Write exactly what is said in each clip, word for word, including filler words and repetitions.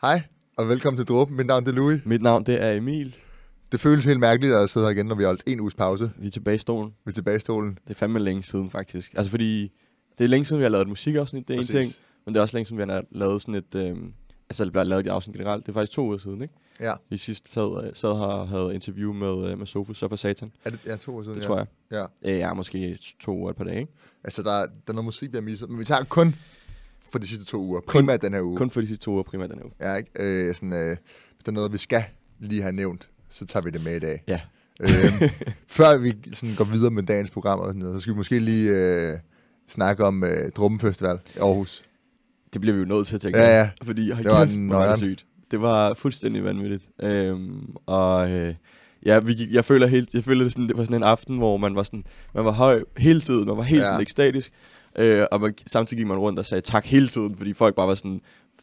Hej, og velkommen til Dråben. Mit navn det er Louis. Mit navn det er Emil. Det føles helt mærkeligt at sidde her igen, når vi har holdt en uges pause. Vi er tilbage i stolen. Vi er tilbage i stolen. Det er fandme længe siden, faktisk. Altså, fordi det er længe siden, vi har lavet et musikafsnit, det er Præcis. en ting. Men det er også længe siden, vi har lavet sådan et... Øh, altså, det bliver lavet et afsnit generelt. Det er faktisk to uger siden, ikke? Ja. Vi sidst sad, sad her og havde interview med, med Sofus, så for Satan. Er det ja, to uger siden? Det ja. tror jeg. Ja. Øh, ja, måske to uger et par dage, ikke? Altså, der, der er noget musik, vi har misset. Men vi tager kun for de sidste to uger. Primært kun, den her uge. Kun for de sidste to uger, primært den her uge. Ja, ikke? Øh, sådan, øh, hvis der er noget, vi skal lige have nævnt, så tager vi det med i dag. Ja. øh, før vi sådan går videre med dagens program og sådan noget, så skal vi måske lige øh, snakke om øh, Dråben Festival i Aarhus. Det bliver vi jo nødt til at tænke. Ja, ja. Fordi hold det var kæft, hvor var det sygt. Det var fuldstændig vanvittigt. Øhm, og øh, ja, vi gik, jeg føler helt, jeg føler det sådan, det var sådan en aften, hvor man var sådan, man var høj hele tiden, man var helt ja. sådan ekstatisk, øh, og man, samtidig gik man rundt og sagde tak hele tiden, fordi folk bare var sådan,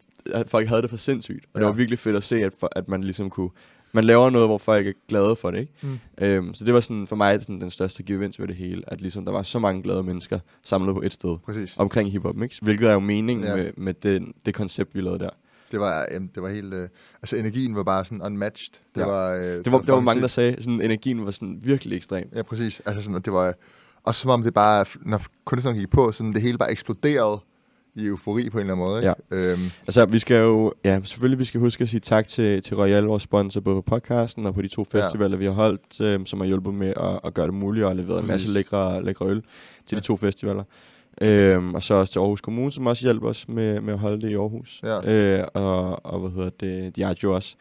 at folk havde det for sindssygt, og ja. det var virkelig fedt at se, at, for, at man ligesom kunne, man laver noget, hvor folk er glade for det, ikke? Mm. Øhm, så det var sådan for mig sådan, den største gevinst ved det hele, at ligesom der var så mange glade mennesker samlet på et sted. Præcis. Omkring hiphop, ikke? Hvilket er jo meningen ja. med, med den, det koncept, vi lavede der. Det var, jamen, det var helt... Øh, altså, energien var bare sådan unmatched. Det ja. var... Øh, det var, det var mange, der sagde, sådan energien var sådan virkelig ekstrem. Ja, præcis. Altså sådan, det var... Også som om det bare... Når kunstneren gik på, sådan det hele bare eksploderede i eufori på en eller anden måde, ikke? Ja. Øhm. Altså, vi skal jo... Ja, selvfølgelig, vi skal huske at sige tak til, til Royal, vores sponsor, både på podcasten og på de to festivaler, ja. vi har holdt, øh, som har hjulpet med at, at gøre det muligt og leveret en masse lækre, lækre øl til ja. de to festivaler. Øhm, og så også til Aarhus Kommune, som også hjælper os med, med at holde det i Aarhus. Ja. Øh, og, og hvad hedder det, Diageo også.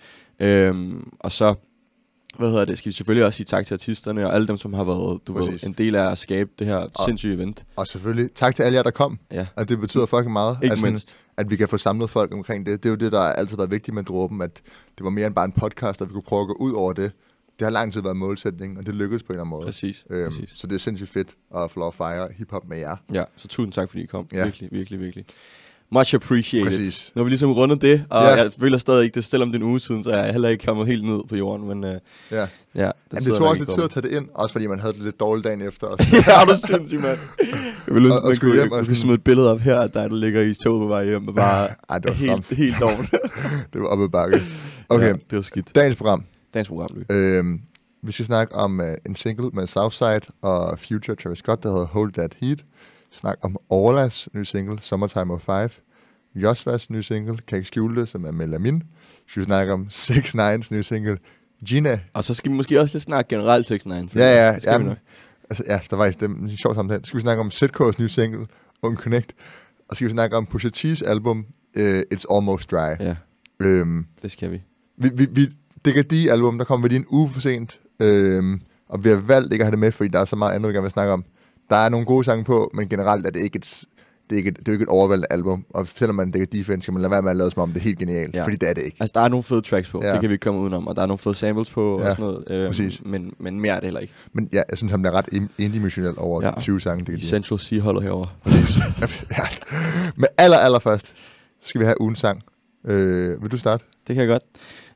Øhm, og så, hvad hedder det, skal vi selvfølgelig også sige tak til artisterne og alle dem, som har været, du ved, en del af at skabe det her og, sindssyge event. Og selvfølgelig tak til alle jer, der kom. Ja. Og det betyder fucking meget. Ikke altså, mindst. At vi kan få samlet folk omkring det. Det er jo det, der altid har været vigtigt med Dråben, at det var mere end bare en podcast, og vi kunne prøve at gå ud over det. Det har lang tid været målsætning, og det lykkedes på en eller anden måde. Præcis, øhm, præcis. Så det er sindssygt fedt at få lov at fejre hiphop med jer. Ja, så tusind tak, fordi I kom. Ja. Virkelig, virkelig, virkelig. Much appreciated. Præcis. Nu har vi ligesom rundet det, og ja. jeg føler stadig ikke det, selvom det er en uge siden, så er jeg heller ikke kommet helt ned på jorden, men uh, ja. ja. Jamen, det tog også lidt tid at tage det ind, også fordi man havde det lidt dårligt dagen efter. Ja, det er sindssygt, mand. Jeg vil og, og skulle hjem og sådan... smide et billede op her, der, der ligger i toget på vej hjem, og bare Ej, det var helt, helt dårligt. Det var op ad bakke. Okay, ja, det var skidt. Dagens program. Dagens program, Louis. Øhm, vi skal snakke om uh, en single med Southside og Future Travis Scott, der hedder Hold That Heat. Snak om Orlas nye single, Summertime oh five. Josvas nye single, Kan ikke skjule det, som er Melamin. Så skal vi snakke om seks nine's nye single, Gina. Og så skal vi måske også lidt snakke generelt seks nine. Ja, ja. ja men, altså, ja, der var det en sjov samtale. Så skal vi snakke om Z K's nye single, Unconnect. Og så skal vi snakke om Pusha T's album, uh, It's Almost Dry. Ja, øhm, det skal vi. Vi, vi, vi det er de album, der kommer vi lige en uge for sent. Øhm, og vi har valgt ikke at have det med, fordi der er så meget andet, vi gerne vil snakke om. Der er nogle gode sange på, men generelt er det ikke et... Det er, ikke et, det er jo ikke et overvældende album, og selvom man dækker defense, skal man lade være med at lade som om det er helt genialt, ja. fordi det er det ikke. Altså, der er nogle fede tracks på, ja. det kan vi ikke komme udenom, og der er nogle fede samples på, ja. og sådan noget, øhm, præcis. Men, men mere er det heller ikke. Men ja, jeg synes, han er ret indimensionel over ja. tyve sange. Det Essential C holder herovre. Præcis. ja. Men aller, aller først skal vi have ugens sang. Øh, vil du starte? Det kan jeg godt.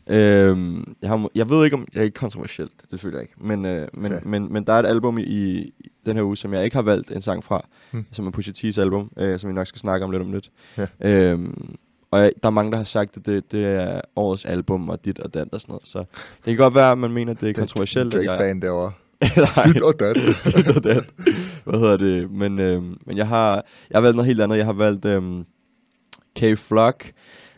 Øhm, jeg, har, jeg ved ikke, om jeg er ikke kontroversielt, det føler jeg ikke, men, øh, men, okay. men, men der er et album i, i den her uge, som jeg ikke har valgt en sang fra, hmm. som er Pusha T's album, øh, som vi nok skal snakke om lidt om lidt. Ja. Øhm, og jeg, der er mange, der har sagt, at det, det er årets album, og dit og dat og sådan noget, så det kan godt være, at man mener, at det er kontroversielt. Du er ikke jeg... fan derovre. Nej. Dit og dat. Dit og dat. Hvad hedder det? Men, øh, men jeg har, jeg har valgt noget helt andet. Jeg har valgt øh, K-Flock,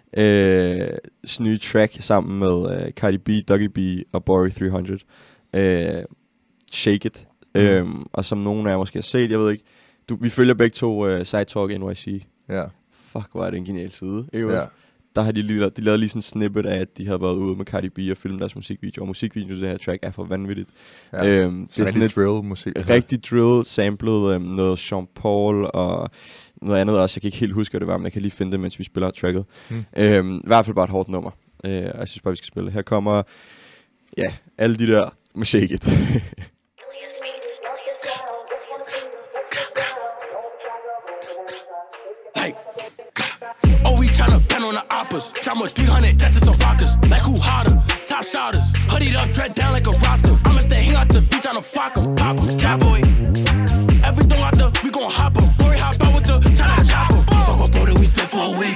Øh, nye track sammen med øh, Cardi B, Dougie B og Bori tre hundrede. Øh, Shake It. Mm. Øhm, og som nogen af jer måske har set, jeg ved ikke, du, vi følger begge to uh, Side Talk N Y C. Ja. Fuck, hvor er det en genial side. Ikke? Ja. Der har de, lige, de lavede lige sådan en snippet af, at de havde været ude med Cardi B og filmet deres musikvideo. Og musikvideoen til det her track er for vanvittigt. Ja. Øhm, det er sådan rigtig drill-musik. Rigtig drill, samlet øhm, noget Sean Paul og noget andet også. Jeg kan ikke helt huske, hvad det var, men jeg kan lige finde det, mens vi spiller tracket. Hmm. Øhm, I hvert fald bare et hårdt nummer. Øh, og jeg synes bare, vi skal spille. Her kommer, ja, alle de der med Shake It. On the oppas, drop more three hundred, that's some vodkas. Like who hotter, top shotters. Hoodied up, dread down like a roster. I'ma stay hang out the beach on a fuck em, pop em, trap boy. Everything out there, we gon' hop em. Boy, hop out with the China chopper. Fuck what, bro, that we spent for a week.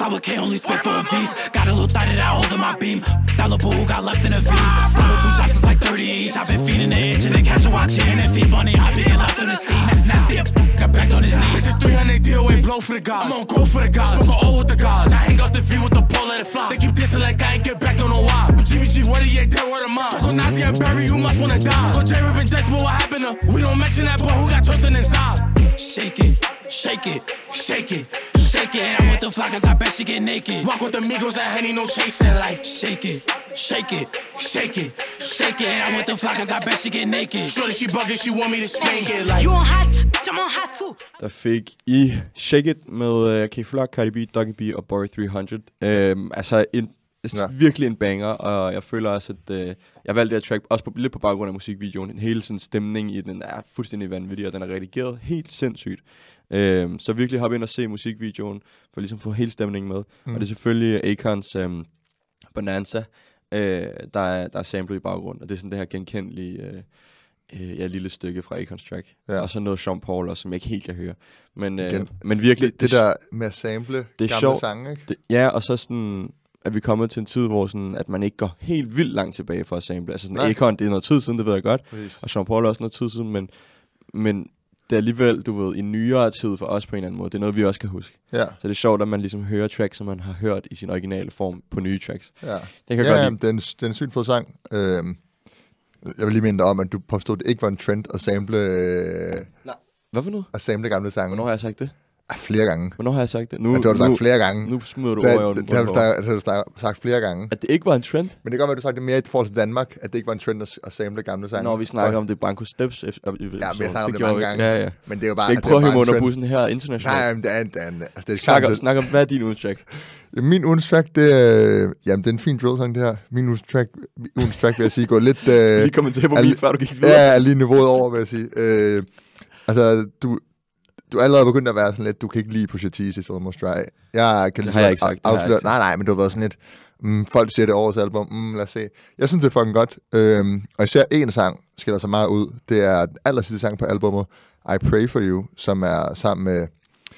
five K only spent for a V's. Got a little thigh that I hold in my beam. That little boo who got left in a V. Slap with two chops, like thirty each. I've been feeding the itch and then catch a watch in and feed money. I've been left in the scene. Nasty up, got backed on his knees. This is three hundred D O A blow for the gods. I'm on go for the gods. Smoke a O with the gods. I hang up the V with the pole, let it fly. They keep dissing like I ain't get back, don't know why. G B G, what are you dead, word of mine? Talk on Nazi and Barry, you must wanna die. Talk on J Rip and Dex, but what happened to? We don't mention that boy who got tortured inside. Shake it, shake it, shake it. Shake it, I'm with the fly cause I bet she get naked. Walk with the Migos and Henny, no chasing. Like, shake it, shake it, shake it, shake it. I'm with the fly cause I bet she get naked. Sure that she bugging, she want me to spank it. Like, you on hot, I'm on hot too. Der fik I Shake It med uh, Kay Flock, Cardi B, Doggy B og Bory tre hundrede. Um, altså, en, ja. virkelig en banger, og jeg føler også, at uh, jeg valgte det her track, også på, lidt på baggrund af musikvideoen. En hele sådan stemning i den er fuldstændig vanvittig, og den er redigeret helt sindssygt. Øhm, så virkelig hoppe ind og se musikvideoen, for ligesom at få hele stemningen med. Mm. Og det er selvfølgelig Akons øhm, Bonanza, øh, der, er, der er samlet i baggrunden. Og det er sådan det her genkendelige øh, øh, ja, lille stykke fra Akons track. Ja. Og så noget Sean Paul også, som jeg ikke helt kan høre. Men, øh, men virkelig... Det, det der med at sample det gamle sjov, sange, ikke? Det, ja, og så sådan... at vi er kommet til en tid, hvor sådan, at man ikke går helt vildt langt tilbage for at sample. Altså sådan, Akon, det er noget tid siden, det ved jeg godt. Præcis. Og Sean Paul er også noget tid siden, men... men det er alligevel, du ved, en nyere tid for os på en eller anden måde. Det er noget, vi også kan huske. Ja. Så det er sjovt, at man ligesom hører tracks, som man har hørt i sin originale form på nye tracks. Ja, det kan ja, godt lide. Det er en, det er en sygt fed sang. Øhm, jeg vil lige minde dig om, at du påstod, at det ikke var en trend at sample... Øh, Nej. Hvad for noget? At sample gamle sange. Hvornår har jeg sagt det? Ah, flere gange. Hvornår har jeg sagt det? Nu, ja, det har du sagt nu, flere gange. Nu smider du det, over det, det, det, har du sagt, sagt flere gange. At det ikke var en trend? Men det kan godt være, at du har sagt det mere i forhold til Danmark, at det ikke var en trend at, at sample gamle sange. Når vi snakker for... om det Banco Steps. F- ja, vi har snakket om det mange gange. Ja, ja. Men det er jo bare... Skal ikke prøve at hive mig under bussen her internationalt? Nej, men det er en... Det er en altså, det er snak, om, snak om, hvad er din ugens track? Min ugens track, det er... Jamen, det er en fin drill-sang, det her. Min ugens track, ugens track vil jeg sige, går lidt... Øh, lige kommentere på min, før du gik videre. Ja, lige niveauet over, vil jeg sige. Øh, altså, du... Du er allerede begyndt at være sådan lidt, du kan ikke lide Pusha T's i Almost Dry. Jeg kan det har jeg ikke sagt. Afsløre, nej, nej, men du har været sådan lidt, mm, folk siger det årets album, mm, lad os se. Jeg synes, det er fucking godt. Øhm, og især en sang skiller sig meget ud. Det er den aller sidste sang på albumet, I Pray For You, som er sammen med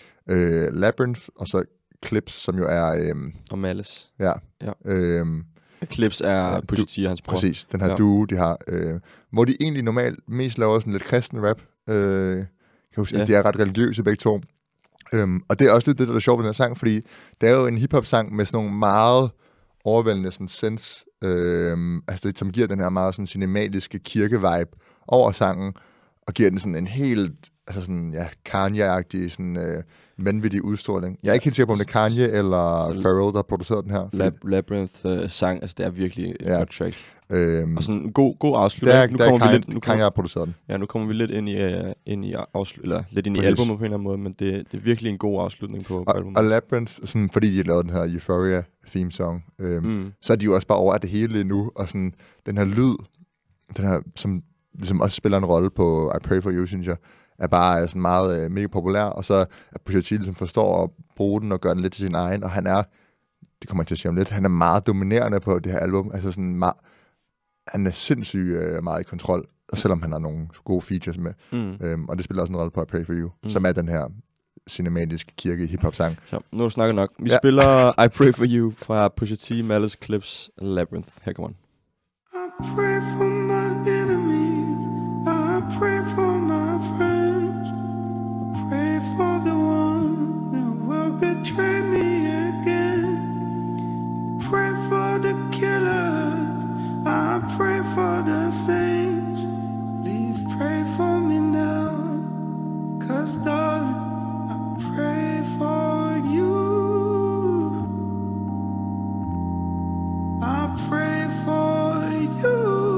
øh, Labyrinth, og så Clips, som jo er... Øhm, og Malice. Ja. ja. Øhm, Clips er ja, Pusha T og hans bror. Præcis, den her ja. duo, de har. Øh, hvor de egentlig normalt mest laver sådan lidt kristen rap. Øh, Ja. De er ret religiøse begge to. Øhm, og det er også lidt det, der er sjovt ved den her sang, fordi det er jo en hiphop-sang med sådan nogle meget overvældende sådan sens, øhm, altså det, som giver den her meget sådan cinematiske kirke-vibe over sangen, og giver den sådan en helt, altså sådan, ja, Kanye-agtig, sådan øh, vanvittig udstråling. Jeg er ikke helt sikker på, om det er Kanye eller Pharrell, der har produceret den her. Lab- Labyrinth-sang, uh, altså det er virkelig et ja. godt track. Øhm, og sådan en god, god afslutning. Der, nu der kommer vi lidt, nu Kanye har produceret den. Ja, nu kommer vi lidt ind i, uh, ind i, afslut, eller, lidt ind i albumet på en eller anden måde, men det, det er virkelig en god afslutning på, på og, albumet. Og Labyrinth, sådan, fordi de lavede den her Euphoria theme song, øhm, mm. så er de jo også bare over at det hele nu, og sådan den her lyd, den her, som ligesom også spiller en rolle på I Pray For You, synes jeg, er bare sådan meget øh, mega populær, og så at Pusha T ligesom forstår at bruge den og gøre den lidt til sin egen, og han er, det kommer jeg til at sige om lidt, han er meget dominerende på det her album, altså sådan meget, han er sindssygt øh, meget i kontrol, selvom han har nogle gode features med, mm. øhm, og det spiller også en rolle på I Pray For You, mm. som er den her cinematiske kirke hiphop sang. Så, nu snakker nok. Vi ja. spiller I Pray For You fra Pusha T, Malice, Clips, Labyrinth. Her kommer den. I pray for my enemies, I pray for my friends, I pray for the one who will betray me again, I pray for the killers, I pray for the saints, please pray for me now, 'cause darling, I pray for you, I pray for you.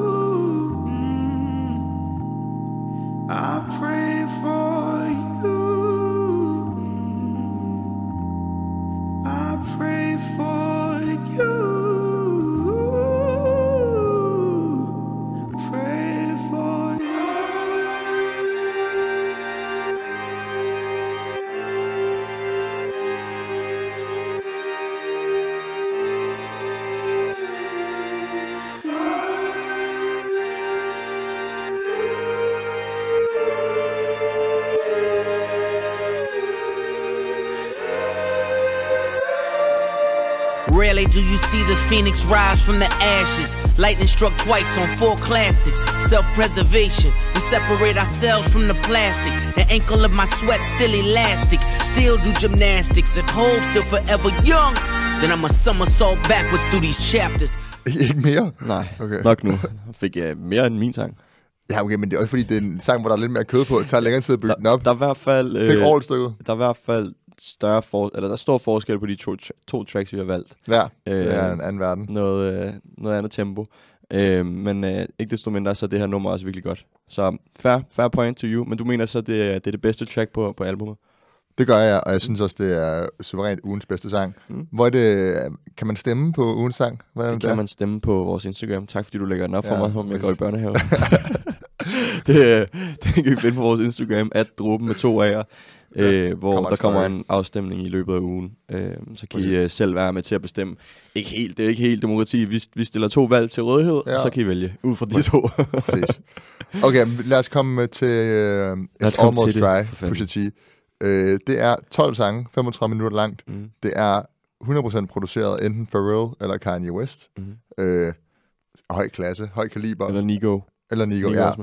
Rarely do you see the phoenix rise from the ashes. Lightning struck twice on four classics. Self-preservation, we separate ourselves from the plastic. The ankle of my sweat still elastic. Still do gymnastics. If Hov still forever young, then I'm a somersault backwards through these chapters. Ikke mere? Nej, Okay. nok nu. Jeg fik uh, mere end min sang. Ja, okay, men det er også fordi, det er en sang, hvor der er lidt mere kød på. Det tager længere tid at bygge den op. Der er i hvert fald... Fik Øh, overstykket. der er i hvert fald større for, eller der er stor forskel på de to, to tracks, vi har valgt. Ja, det Øh, er en anden verden. Noget, øh, noget andet tempo. Øh, men øh, ikke desto mindre, så er det her nummer også virkelig godt. Så fair, fair point to you. Men du mener så, det er det, er det bedste track på, på albumet? Det gør jeg, og jeg synes også, det er suverænt ugens bedste sang. Mm. Hvor er det, kan man stemme på ugens sang? Hvad er Det det kan man stemme på vores Instagram. Tak fordi du lægger den op Ja, for mig, om jeg præcis. går i børnehave. det, øh, det kan vi finde på vores Instagram, at dråben med to A'er, øh, hvor Kommer en der kommer story. en afstemning i løbet af ugen. Øh, så kan Præcis. I øh, selv være med til at bestemme. Ikke helt, det er ikke helt demokrati. Vi, vi stiller to valg til rådighed, Ja. og så kan I vælge ud fra de to. Præcis. Okay, lad os komme til uh, os It's komme Almost til det, Dry, for fanden. Pusha T. Uh, det er tolv sange, femogtredive minutter langt. mm. Det er hundrede procent produceret enten Pharrell eller Kanye West. Mm. Uh, høj klasse, høj kaliber. Eller Nigo. eller Nigo, Nigo ja. også med.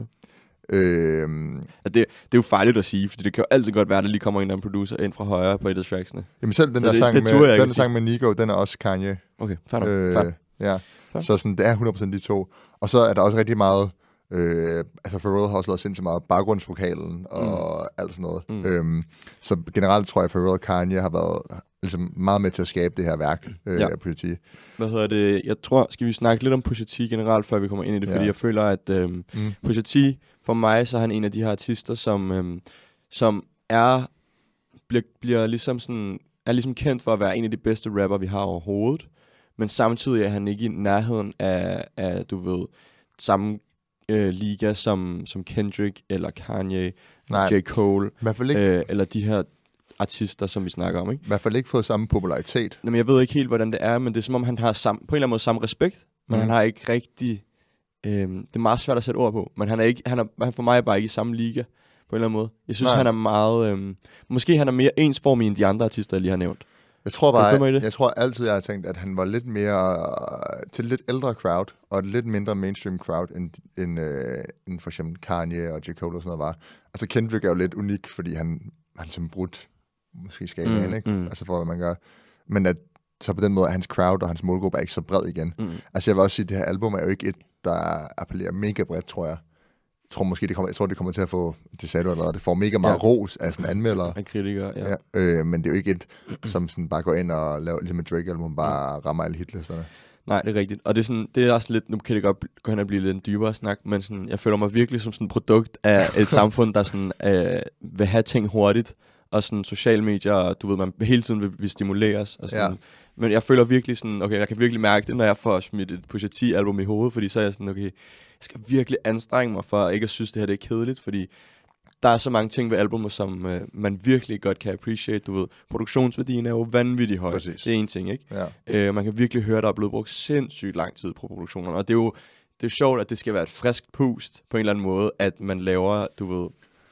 Uh, Ja, det, det er jo farligt at sige, fordi det kan jo altid godt være, at der lige kommer en eller anden producer ind fra højre på et af tracksene. jamen selv den Så der det- sang, det med, turde jeg ikke den at sang med Nigo, den er også Kanye. Okay, fair nok. Øh, Fair. ja, Fair. så sådan, det er hundrede procent de to. Og så er der også rigtig meget, øh, altså Pharrell har også lavet sindssygt meget baggrundsvokalen og mm. alt sådan noget. Mm. Øhm, så generelt tror jeg, at Pharrell og Kanye har været ligesom, meget med til at skabe det her værk øh, Ja. af Pusha T. Hvad hedder det? Jeg tror, skal vi snakke lidt om Pusha T generelt, før vi kommer ind i det, Ja. fordi jeg føler, at øhm, Mm. Pusha T, for mig, så er han en af de her artister, som, øhm, som er, bliver, bliver ligesom sådan, er ligesom kendt for at være en af de bedste rapper, vi har overhovedet, men samtidig er han ikke i nærheden af, af du ved, samme øh, liga som, som Kendrick, eller Kanye, Nej, J. Cole, i hvert fald ikke, øh, eller de her artister, som vi snakker om, ikke? i hvert fald ikke fået samme popularitet. Jamen, jeg ved ikke helt, hvordan det er, men det er som om, han har sam, på en eller anden måde samme respekt, men Mhm. han har ikke rigtig... Øhm, det er meget svært at sætte ord på, men han er, ikke, han er han for mig bare ikke i samme liga, på en eller anden måde. Jeg synes, Nej. han er meget... Øhm, måske han er mere ensformig end de andre artister, jeg lige har nævnt. Jeg tror Kan du følge mig i bare, det? jeg tror altid, jeg har tænkt, at han var lidt mere øh, til et lidt ældre crowd, og et lidt mindre mainstream crowd, end, end, øh, end for eksempel Kanye og J. Cole og sådan noget var. Altså Kendrick er jo lidt unik, fordi han, han som brudt måske skalaen, Mm, ikke? mm. Altså for, hvad man gør. Men at, så på den måde er hans crowd og hans målgruppe er ikke så bred igen. Mm. Altså jeg vil også sige, at det her album er jo ikke et, der appellerer mega bredt, tror jeg. Jeg tror måske, det kommer, jeg tror, det kommer til at få, det sagde du allerede, det får mega meget Ja. ros af sådan anmeldere. En kritiker, ja. Ja, øh, men det er jo ikke et, som sådan bare går ind og laver, ligesom et Drake-album, bare rammer alle hitlisterne. Nej, det er rigtigt. Og det er, sådan, det er også lidt, nu kan det godt bl- gå hen og blive lidt en dybere snak, men sådan, jeg føler mig virkelig som sådan et produkt af et samfund, der sådan, øh, vil have ting hurtigt, og sådan sociale medier, og du ved, man hele tiden vil, vil stimuleres. Og sådan. Ja. Men jeg føler virkelig sådan, okay, jeg kan virkelig mærke det, når jeg får smidt et Pusha T-album i hovedet, fordi så er jeg sådan, okay, jeg skal virkelig anstrenge mig for ikke at synes, det her det er kedeligt, fordi der er så mange ting ved albumet, som øh, man virkelig godt kan appreciate, du ved. Produktionsværdien er jo vanvittigt høj. Præcis. Det er en ting, ikke? Ja. Øh, man kan virkelig høre, at der er blevet brugt sindssygt lang tid på produktionerne. Og det er jo det er jo sjovt, at det skal være et frisk pust på en eller anden måde, at man laver, du ved,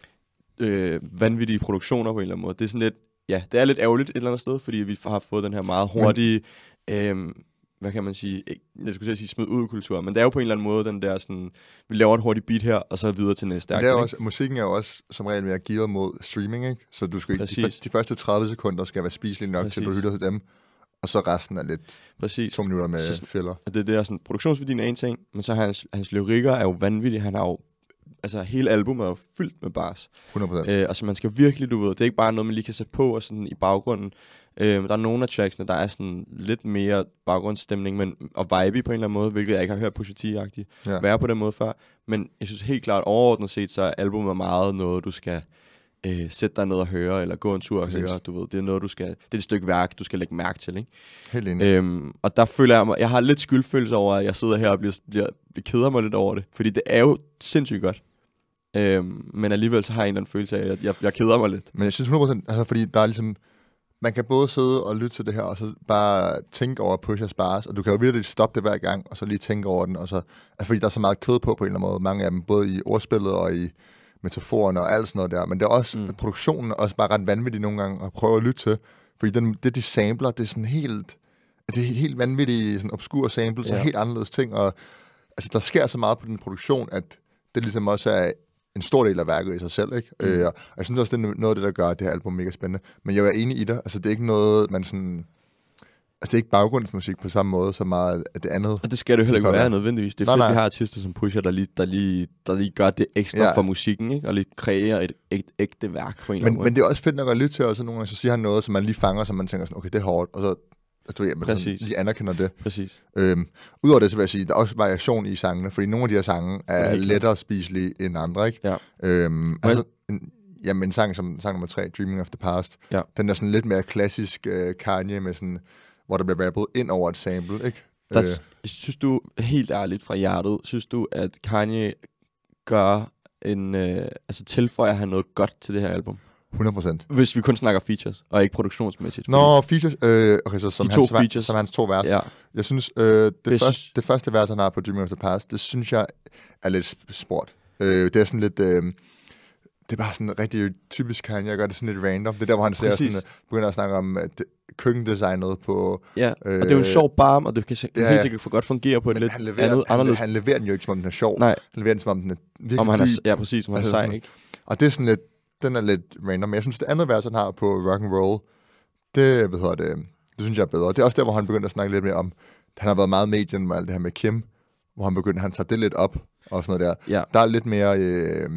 øh, vanvittige produktioner på en eller anden måde. Det er sådan lidt, ja, det er lidt ærgerligt et eller andet sted, fordi vi har fået den her meget hurtige, øh, hvad kan man sige, ikke, jeg skulle til at sige smid ud kultur, men det er jo på en eller anden måde den der sådan, vi laver et hurtigt beat her, og så videre til næste Men akt, det er jo ikke? også, musikken er jo også som regel mere gearet mod streaming, ikke? Så du skal ikke, de, Præcis. før- de første tredive sekunder skal være spiselige nok, til du Præcis. lytter til dem, og så resten er lidt Præcis. to minutter med Så- filler. Og det er der sådan, produktionsværdien er en ting, men så hans, hans lyrikker er jo vanvittige. Han har jo, altså hele albumet er jo fyldt med bars. hundrede procent. Øh, altså man skal virkelig, du ved, det er ikke bare noget, man lige kan sætte på og sådan i baggrunden. Øh, der er nogle af tracksene, der er sådan lidt mere baggrundsstemning men, og vibe på en eller anden måde, hvilket jeg ikke har hørt Pusha T-agtigt Ja. være på den måde før. Men jeg synes helt klart, overordnet set, så er albumet meget noget, du skal øh, sætte dig ned og høre, eller gå en tur og Præcis. høre, du ved. Det er noget, du skal, det er et stykke værk, du skal lægge mærke til, ikke? Helt enig. Øhm, og der føler jeg mig, jeg har lidt skyldfølelse over, at jeg sidder her og bliver, bliver, bliver keder mig lidt over det. Fordi det er jo sindssygt godt. Øhm, men alligevel så har jeg en eller anden følelse af, at jeg, jeg, jeg keder mig lidt. Men jeg synes hundrede procent, altså fordi der er ligesom, man kan både sidde og lytte til det her, og så bare tænke over Pushas bars, og du kan jo virkelig stoppe det hver gang, og så lige tænke over den, og så, altså fordi der er så meget kød på på en eller anden måde, mange af dem, både i ordspillet og i metaforerne og alt sådan noget der, men det er også, Mm. mm. produktionen er også bare ret vanvittig nogle gange at prøve at lytte til, fordi den, det de sampler, det er sådan helt, det er helt vanvittige, sådan obskure samples ja. og helt anderledes ting, og altså, der sker så meget på den produktion, at det ligesom også er en stor del af værket i sig selv, ikke? Mm. Øh, og jeg synes også, det er noget af det, der gør det her album mega spændende. Men jeg er enig i dig, altså det er ikke noget, man sådan... Altså, det er ikke baggrundsmusik på samme måde, så meget af det andet. Og det skal det jo heller ikke være nødvendigvis. Det er nej, fedt, nej. vi har artister som Pusha, der lige, der lige, der lige gør det ekstra ja. for musikken, ikke? Og lige kreerer et ægte, ægte værk på en eller anden måde. Men det er også fedt nok at lytte til, og så nogle gange så siger han noget, som man lige fanger, som man tænker sådan, okay, det er hårdt, og så altså, du ved, man sådan, lige anerkender det. Præcis. Øhm, Udover det, så vil jeg sige, der er også variation i sangene, fordi nogle af de her sange er, er lettere spiselige end andre, ikke? Ja. Øhm, altså, en, jamen, en sang som sang nummer tre, Dreaming of the Past, ja. den er sådan lidt mere klassisk uh, Kanye med sådan... hvor der bliver rappet ind over et sample, ikke? Der, øh. Synes du, helt ærligt fra hjertet, synes du, at Kanye gør en, øh, altså tilføjer han noget godt til det her album? hundrede procent. Hvis vi kun snakker features, og ikke produktionsmæssigt. Nå, features, øh, okay, så som, de hans, to features. som hans to vers. Ja. Jeg synes, øh, det, det, første, synes... det første vers, han har på Dreaming of the Past, det synes jeg er lidt sport. Øh, det er sådan lidt... Øh, det er bare sådan rigtig typisk Kanye, jeg gør det sådan lidt random. Det er der, hvor han ser sådan, begynder at snakke om det, køkkendesignet på... Ja, øh, og det er jo en sjov barm, og det kan ja, helt sikkert for godt fungere på et lidt leverer, andet, han, anderledes... Han leverer den jo ikke, som om den er sjov. Nej. Han leverer den, som om den er virkelig om han er, dyb. Ja, præcis, som han altså, er sej, ikke? Og det er sådan lidt... Den er lidt random, men jeg synes, det andet vers, han har på Rock and Roll, det, hvad hedder det, det synes jeg er bedre. Det er også der, hvor han begynder at snakke lidt mere om... Han har været meget medien med alt det her med Kim, hvor han begynder, han tager det lidt op, og sådan noget der. Ja. Der er lidt mere... Øh,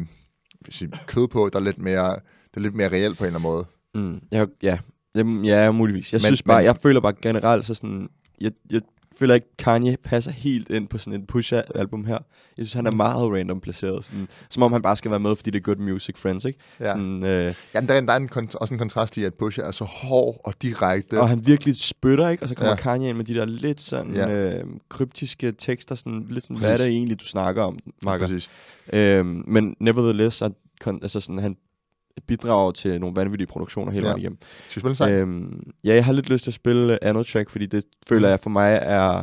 kød på, der er lidt mere, det er lidt mere reelt på en eller anden måde. Mm, ja, ja, ja, muligvis. Jeg men, synes bare, men, jeg føler bare generelt så sådan, jeg, jeg føler ikke Kanye passer helt ind på sådan et Pusha-album her. Jeg synes han er meget random placeret, sådan, som om han bare skal være med, fordi det er good music friends, ikke? Ja. Sådan, øh, Jamen, der er, der er en kont- også en kontrast i, at Pusha er så hård og direkte. Og han virkelig spytter, ikke? Og så kommer ja. Kanye ind med de der lidt sådan ja. øh, kryptiske tekster, sådan lidt sådan, hvad er det egentlig, du snakker om, Marker? Ja, præcis. Øhm, men nevertheless, at, altså sådan, han bidrager til nogle vanvittige produktioner hele ja. vejen igennem. Skal vi spille en sang? Øhm, ja, jeg har lidt lyst til at spille andet track, fordi det føler jeg for mig er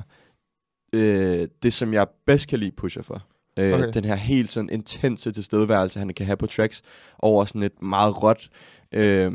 øh, det, som jeg bedst kan lide Pusha for. Øh, okay. Den her helt sådan intense tilstedeværelse, han kan have på tracks, over sådan et meget råt, øh,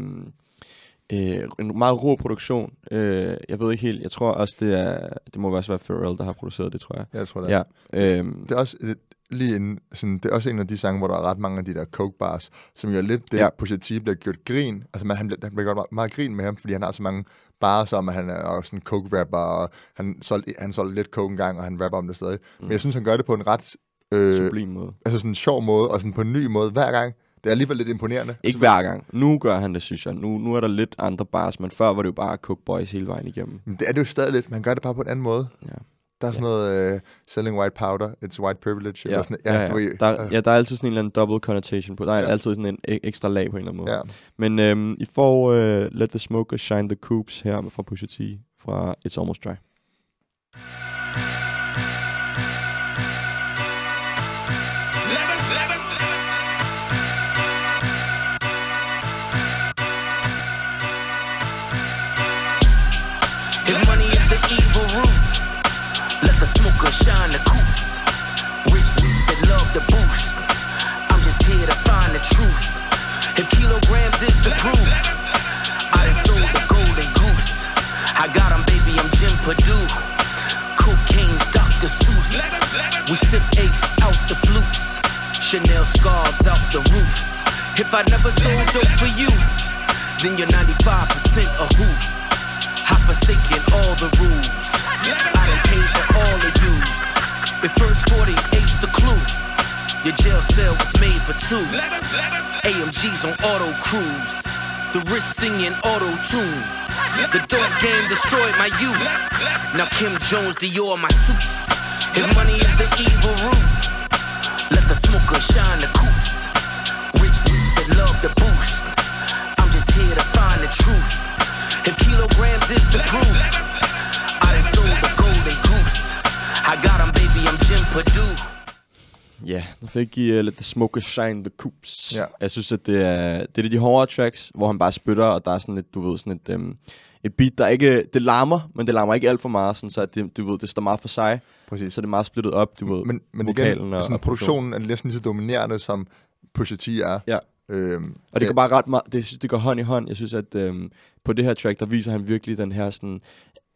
øh, en meget rå produktion. Øh, jeg ved ikke helt, jeg tror også, det er, det må også være Pharrell, der har produceret det, tror jeg. Ja, jeg tror det er. Ja, øh, det er også... Det lige en, sådan, det er også en af de sange, hvor der er ret mange af de der coke bars, som jo er lidt det, ja. Pusha T bliver gjort grin. Altså man, han, bliver, han bliver gjort meget, meget grin med ham, fordi han har så mange bars om, at han er også sådan coke-rapper, og han solgte, han solgte lidt coke engang, og han rapper om det stadig. Mm. Men jeg synes, han gør det på en ret... Øh, sublim måde. Altså sådan en sjov måde, og sådan på en ny måde hver gang. Det er alligevel lidt imponerende. Ikke hver gang. Nu gør han det, synes jeg. Nu, nu er der lidt andre bars, men før var det jo bare coke boys hele vejen igennem. Men det er det jo stadig lidt. Man gør det bare på en anden måde. Ja. Der er sådan ja. noget uh, selling white powder, it's white privilege. Ja, sådan, ja, ja. Du ved, der, uh. ja, der er altid sådan en eller anden double connotation på. Der er ja. altid sådan en e- ekstra lag på en eller anden måde. Ja. Men øhm, I får uh, Let the Smoker Shine the Coops her fra Pusha T fra It's Almost Dry. If money is the evil root, let the smoker shine the coops. Rich bitch that love the boost. I'm just here to find the truth. If kilograms is the proof, I done sold the golden goose. I got him, baby, I'm Jim Purdue. Cocaine's Doctor Seuss. We sip ace out the flutes. Chanel scarves out the roofs. If I never sold dope for you, then you're ninety-five percent a who. I've forsaken all the rules. I done paid for all the use. If first forty-eight's the clue, your jail cell was made for two. A M Gs on auto cruise. The wrist singing auto tune. The dope game destroyed my youth. Now Kim Jones, Dior, my suits. If money is the evil root, let the smoker shine the coops. Rich bitch that love the boost. I'm just here to find the truth. If kilograms is the proof, I done sold the golden goose. I got him, baby, I'm Jim Purdue. Ja, yeah, nu fik I uh, Let the Smoker Shine the Coops. Ja. Jeg synes, at det er, det er de hårde tracks, hvor han bare spytter, og der er sådan et, du ved, sådan et, um, et beat, der ikke, det larmer, men det larmer ikke alt for meget, sådan, så det, du ved, det står meget for sig. Præcis. Så det er meget splittet op, du ved, men, men vokalen igen, og, sådan, og produktionen er næsten lige så dominerende, som Pusha T er. Ja. Øhm, og det går bare ret meget, det, jeg synes, det går hånd i hånd. Jeg synes, at øhm, på det her track, der viser han virkelig den her sådan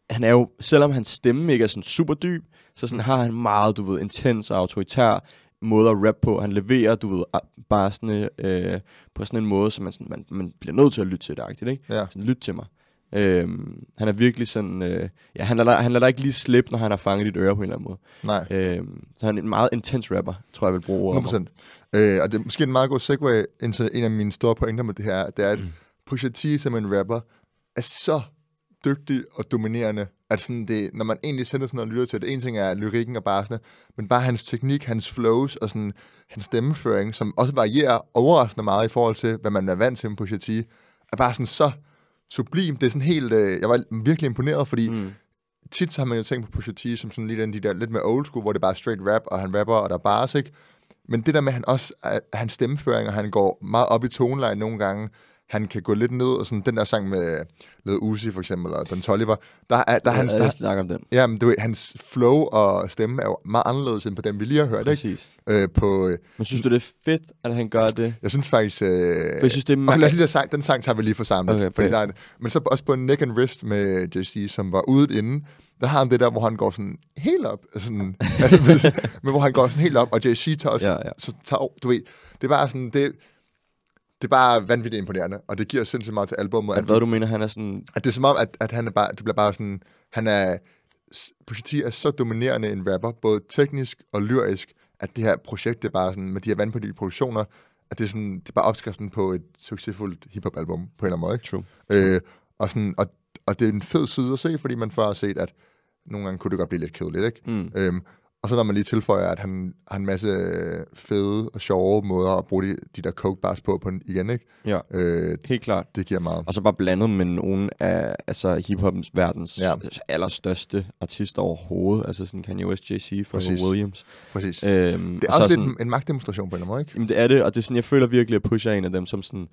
han er jo, selvom hans stemme ikke er sådan super dyb, så sådan har han meget, du ved, intens og autoritær måde at rappe på. Han leverer, du ved, bare sådan, øh, på sådan en måde, så man, sådan, man, man bliver nødt til at lytte til det, agtigt, ikke? Ja. Sådan, lyt til mig. Øhm, han er virkelig sådan, øh, ja, han lader, han lader dig ikke lige slippe, når han har fanget dit øre på en eller anden måde. Nej. Øhm, så han er en meget intens rapper, tror jeg, vil bruge ordet. hundrede procent. Øh, og det er måske en meget god segue ind til en af mine store pointer med det her, det er, at mm. Pusha T som en rapper er så dygtig og dominerende, at sådan det, når man egentlig sender sådan noget og lytter til det, en ting er lyrikken og bare sådan, men bare hans teknik, hans flows og sådan hans stemmeføring, som også varierer overraskende meget i forhold til, hvad man er vant til med Pusha T, er bare sådan så sublim. Det er sådan helt, øh, jeg var virkelig imponeret, fordi mm. tit har man jo tænkt på Pusha T som sådan lidt en de der lidt mere old school, hvor det er bare straight rap, og han rapper, og der er bars, ikke? Men det der med, at han også, at hans stemmeføring, og han går meget op i toneleje nogle gange, han kan gå lidt ned, og sådan den der sang med Lil Uzi for eksempel, og Don Toliver, der er, der er hans... Jeg snakker om den. Ja, men du ved, hans flow og stemme er jo meget anderledes end på den, vi lige har hørt, Præcis. Ikke? Øh, på, øh, men synes du, det er fedt, at han gør det? Jeg synes faktisk... Øh, jeg synes, det er og lad os lige sang, den sang tager vi lige for samlet. Okay, fordi der er, men så også på Neck and Wrist med J C, som var ude inden, der har han det der, hvor han går sådan helt op, sådan, altså, men hvor han går sådan helt op, og J C tager også... Ja, ja. Så tager, du ved, det er bare sådan... Det, det er bare vanvittigt imponerende, og det giver sindssygt meget til albumet. At, hvad du mener, han er sådan... At det er som om, at, at han er bare, du bliver bare sådan... Han er... Pusha T er så dominerende en rapper, både teknisk og lyrisk, at det her projekt, det er bare sådan, med de her vandpålige produktioner, at det er sådan, det er bare opskriften på et succesfuldt hiphop-album, på en eller anden måde, ikke? True. Øh, og, sådan, og, og det er en fed side at se, fordi man før har set, at nogle gange kunne det godt blive lidt kedeligt, ikke? Mm. Øhm, og så når man lige tilføjer, at han har en masse fede og sjove måder at bruge de, de der coke bars på, på igen, ikke? Ja, øh, helt klart. Det giver meget. Og så bare blandet med nogle af altså, hiphopens verdens ja. allerstørste artister overhovedet. Altså sådan Kanye West, J C, Pharrell Williams. Præcis. Øhm, det er også lidt sådan, en magtdemonstration på en eller anden måde, ikke? Jamen det er det, og det er sådan, jeg føler virkelig, at Pusha er en af dem, som sådan...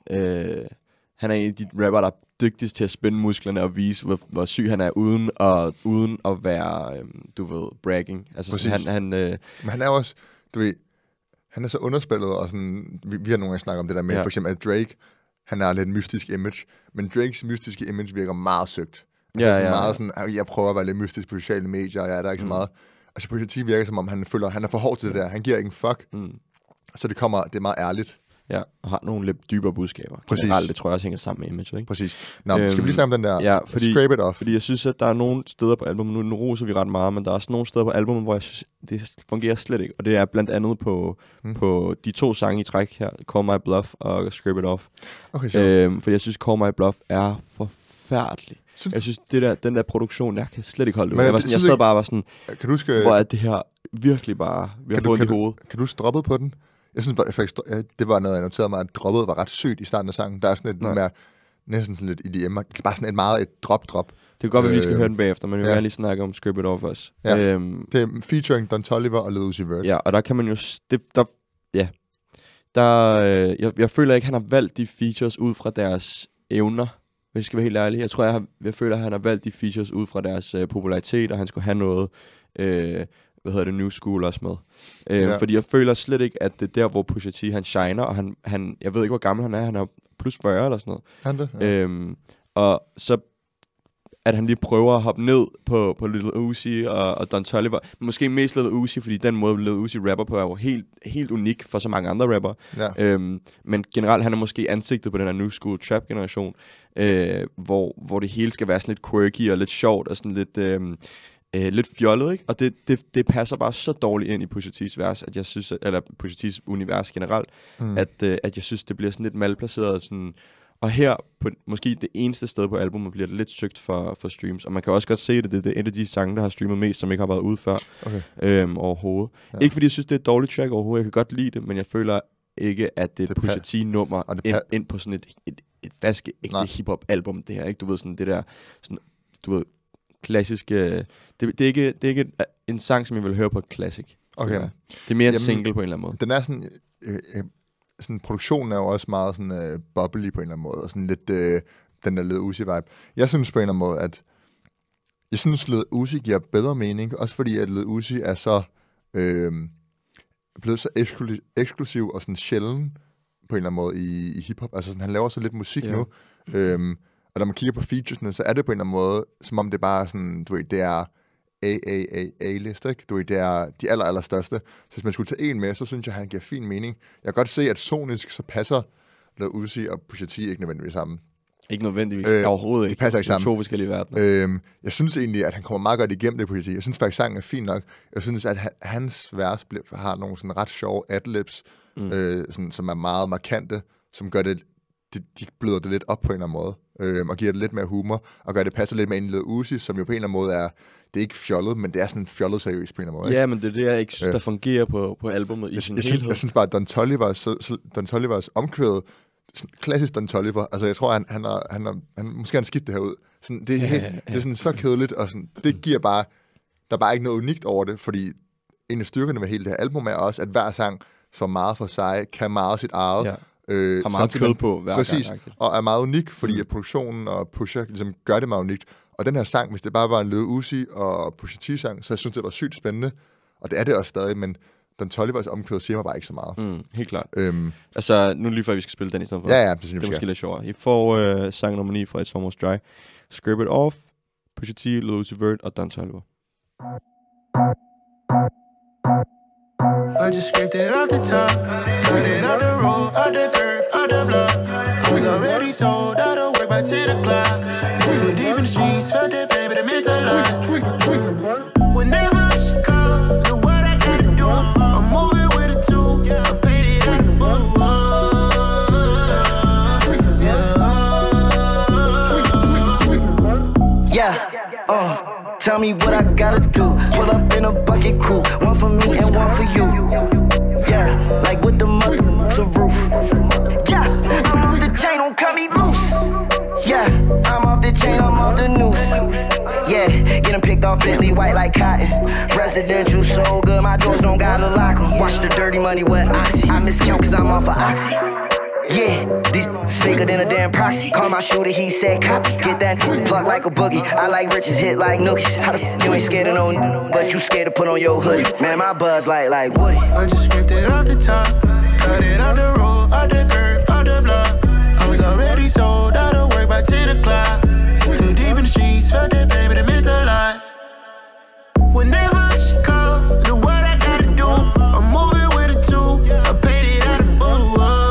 Øh, han er en af de rapper, der er dygtigst til at spænde musklerne og vise, hvor, hvor syg han er, uden at, uden at være, øhm, du ved, bragging. Altså sådan, han... han øh... Men han er også, du ved, han er så underspillet, og sådan, vi, vi har nogle gange snakket om det der med, ja. For eksempel, at Drake, han har lidt mystisk image, men Drakes mystiske image virker meget søgt. Altså ja, sådan ja, meget sådan, jeg prøver at være lidt mystisk på sociale medier, og ja, der er ikke mm. så meget. Altså, Pusha T virker som om, han føler, han er for hård til det der. Han giver ikke en fuck. Mm. Så det kommer, det er meget ærligt. Ja, og har nogle lidt dybere budskaber. Præcis. Generelt, det tror jeg også hænger sammen med image, ikke? Præcis. Nå, øhm, skal vi lige snakke om den der ja, fordi, Scrape It Off? Fordi jeg synes, at der er nogle steder på albumet, nu, nu roser vi ret meget, men der er også nogle steder på albumet, hvor jeg synes, det fungerer slet ikke. Og det er blandt andet på, hmm. på de to sange i træk her, Call My Bluff og Scrape It Off. Okay, sure. øhm, fordi jeg synes, Call My Bluff er forfærdelig. Synes jeg synes, det der, den der produktion, jeg kan slet ikke holde det ud. Jeg, var sådan, jeg sad bare og var sådan, kan du huske, hvor er det her virkelig bare, vi har fået i hovedet. Kan du stoppe på den? Jeg synes faktisk, det var noget, jeg noterede mig, at droppet var ret sygt i starten af sangen. Der er sådan et mere, næsten sådan lidt I D M, bare sådan et meget et drop-drop. Det kan godt være, øh, vi skal høre den bagefter, men vi vil ja. gerne lige snakke om Scrape It Off også. Ja. Øhm, det er featuring Don Toliver og Lil Uzi Vert. Ja, og der kan man jo... Det, der, ja. Der, øh, jeg, jeg føler ikke, han har valgt de features ud fra deres evner, hvis jeg skal være helt ærlig. Jeg tror, jeg, har, jeg føler, at han har valgt de features ud fra deres øh, popularitet, og han skulle have noget... Øh, hvad hedder det, New School også med. Øh, ja. Fordi jeg føler slet ikke, at det er der, hvor Pusha T, han shiner, og han, han, jeg ved ikke, hvor gammel han er, han er plus fyrre eller sådan noget. Han det? Ja. Øhm, og så, at han lige prøver at hoppe ned på, på Lil Uzi og, og Don Toliver. Måske mest Lil Uzi, fordi den måde, Lil Uzi rapper på, er jo helt, helt unik for så mange andre rapper. Ja. Øhm, men generelt, han er måske ansigtet på den her New School Trap-generation, øh, hvor, hvor det hele skal være sådan lidt quirky og lidt sjovt og sådan lidt... Øh, Øh, lidt fjollet, ikke? Og det, det, det passer bare så dårligt ind i Pusha T's vers, at jeg synes, at, eller Pusha T's univers generelt, mm. at, øh, at jeg synes, det bliver sådan lidt malplaceret. Sådan, og her, på måske det eneste sted på albumet, bliver det lidt søgt for, for streams. Og man kan også godt se det, det, det er et af de sange, der har streamet mest, som ikke har været ude før okay. øhm, overhovedet. Ja. Ikke fordi jeg synes, det er et dårligt track overhovedet, jeg kan godt lide det, men jeg føler ikke, at det er et Pusha T-nummer ind, ind på sådan et, et, et faske, ægte hip-hop-album, det her, ikke? Du ved, sådan det der, sådan, du ved, klassiske... Det, det, er ikke, det er ikke en sang, som jeg vil høre på et classic. Okay. Det er mere en single på en eller anden måde. Den er sådan... Øh, øh, sådan produktionen er jo også meget sådan øh, bubbly på en eller anden måde, og sådan lidt øh, den der Lil Uzi-vibe. Jeg synes på en eller anden måde, at... Jeg synes, Lil Uzi giver bedre mening, også fordi, at Lil Uzi er så... Øh, blevet så eksklu- eksklusiv og sådan sjælden på en eller anden måde i, i hiphop. Altså sådan, han laver så lidt musik ja. nu. Øhm, Og når man kigger på featuresne, så er det på en eller anden måde, som om det bare er sådan, du ved, det er A A A A-liste, ikke? Du ved, det er de aller, aller største. Så hvis man skulle tage en med, så synes jeg, han giver fin mening. Jeg kan godt se, at sonisk, så passer Lil Uzi og Pusha T ikke nødvendigvis sammen. Ikke nødvendigvis. Øh, Overhovedet ikke. De passer ikke sammen. To forskellige verdener. Øhm, jeg synes egentlig, at han kommer meget godt igennem det, Pusha T. Jeg synes faktisk, sangen er fin nok. Jeg synes, at hans vers har nogle sådan ret sjove adlibs, mm. øh, sådan, som er meget markante, som gør det, de, de bløder det lidt op på en eller anden måde, øh, og giver det lidt mere humor, og gør det passer lidt med en Lil Uzi, som jo på en eller anden måde er, det er ikke fjollet, men det er sådan fjollet seriøst på en eller anden måde. Ja, men det er det, jeg ikke synes, der fungerer på, på albumet i jeg, sin jeg helhed. Synes, jeg synes bare, at Don Toliver, så, så, Don Tollivers omkvædet, klassisk Don Toliver, altså jeg tror, han, han, har, han, har, han måske han skidt det her ud. Sådan, det, er helt, det er sådan så kedeligt, og sådan, det giver bare, der er bare ikke noget unikt over det, fordi en af styrkerne ved hele det her album er også, at hver sang, så meget for sig, kan meget sit eget. Ja. Øh, har meget kød på hver præcis, gang. Og er meget unik, fordi mm. at produktionen og Pusha ligesom gør det meget unikt. Og den her sang, hvis det bare var en Lil Uzi og Pusha T-sang, så jeg synes det var sygt spændende. Og det er det også stadig, men Don Tolivers omkvæd siger mig bare ikke så meget. Mm, helt klart. Øhm, altså, nu lige før vi skal spille den i stedet for. Ja, ja, det synes jeg, det er måske lidt sjovere. I får øh, sang nummer ni fra It's Almost Dry. Scrape It Off, Pusha T, Lil Uzi Vert og Don Toliver. I just scraped it off the top, cut it off the road, off the curve, off the block. I was already sold out of work by ten o'clock. Too deep in the streets, felt that pain, but it meant a lot. Whenever she calls, know what I gotta do. I'm moving with a two, I paid it out of full. Yeah, uh. Tell me what I gotta do. Pull up in a bucket coupe, one for me and one for you. Yeah, like with the mother to roof. Yeah, I'm off the chain, don't cut me loose. Yeah, I'm off the chain, I'm off the noose. Yeah, getting picked off Bentley, white like cotton. Residential so good, my doors don't gotta lock 'em. Watch the dirty money with Oxy. I miscount cause I'm off of Oxy. Yeah, these faker than a damn proxy. Call my shooter, he said copy. Get that plug like a boogie. I like riches, hit like nookies. How the f you ain't scared of no n- but you scared to put on your hoodie. Man, my buzz like like Woody. I just scraped it off the top, cut it off the road, off the curve, off the block. I was already sold out of work by ten o'clock. Too deep in the streets, felt that pain, but it meant a lot. Whenever she calls, know what I gotta do. I'm moving with a two, I paid it out of full.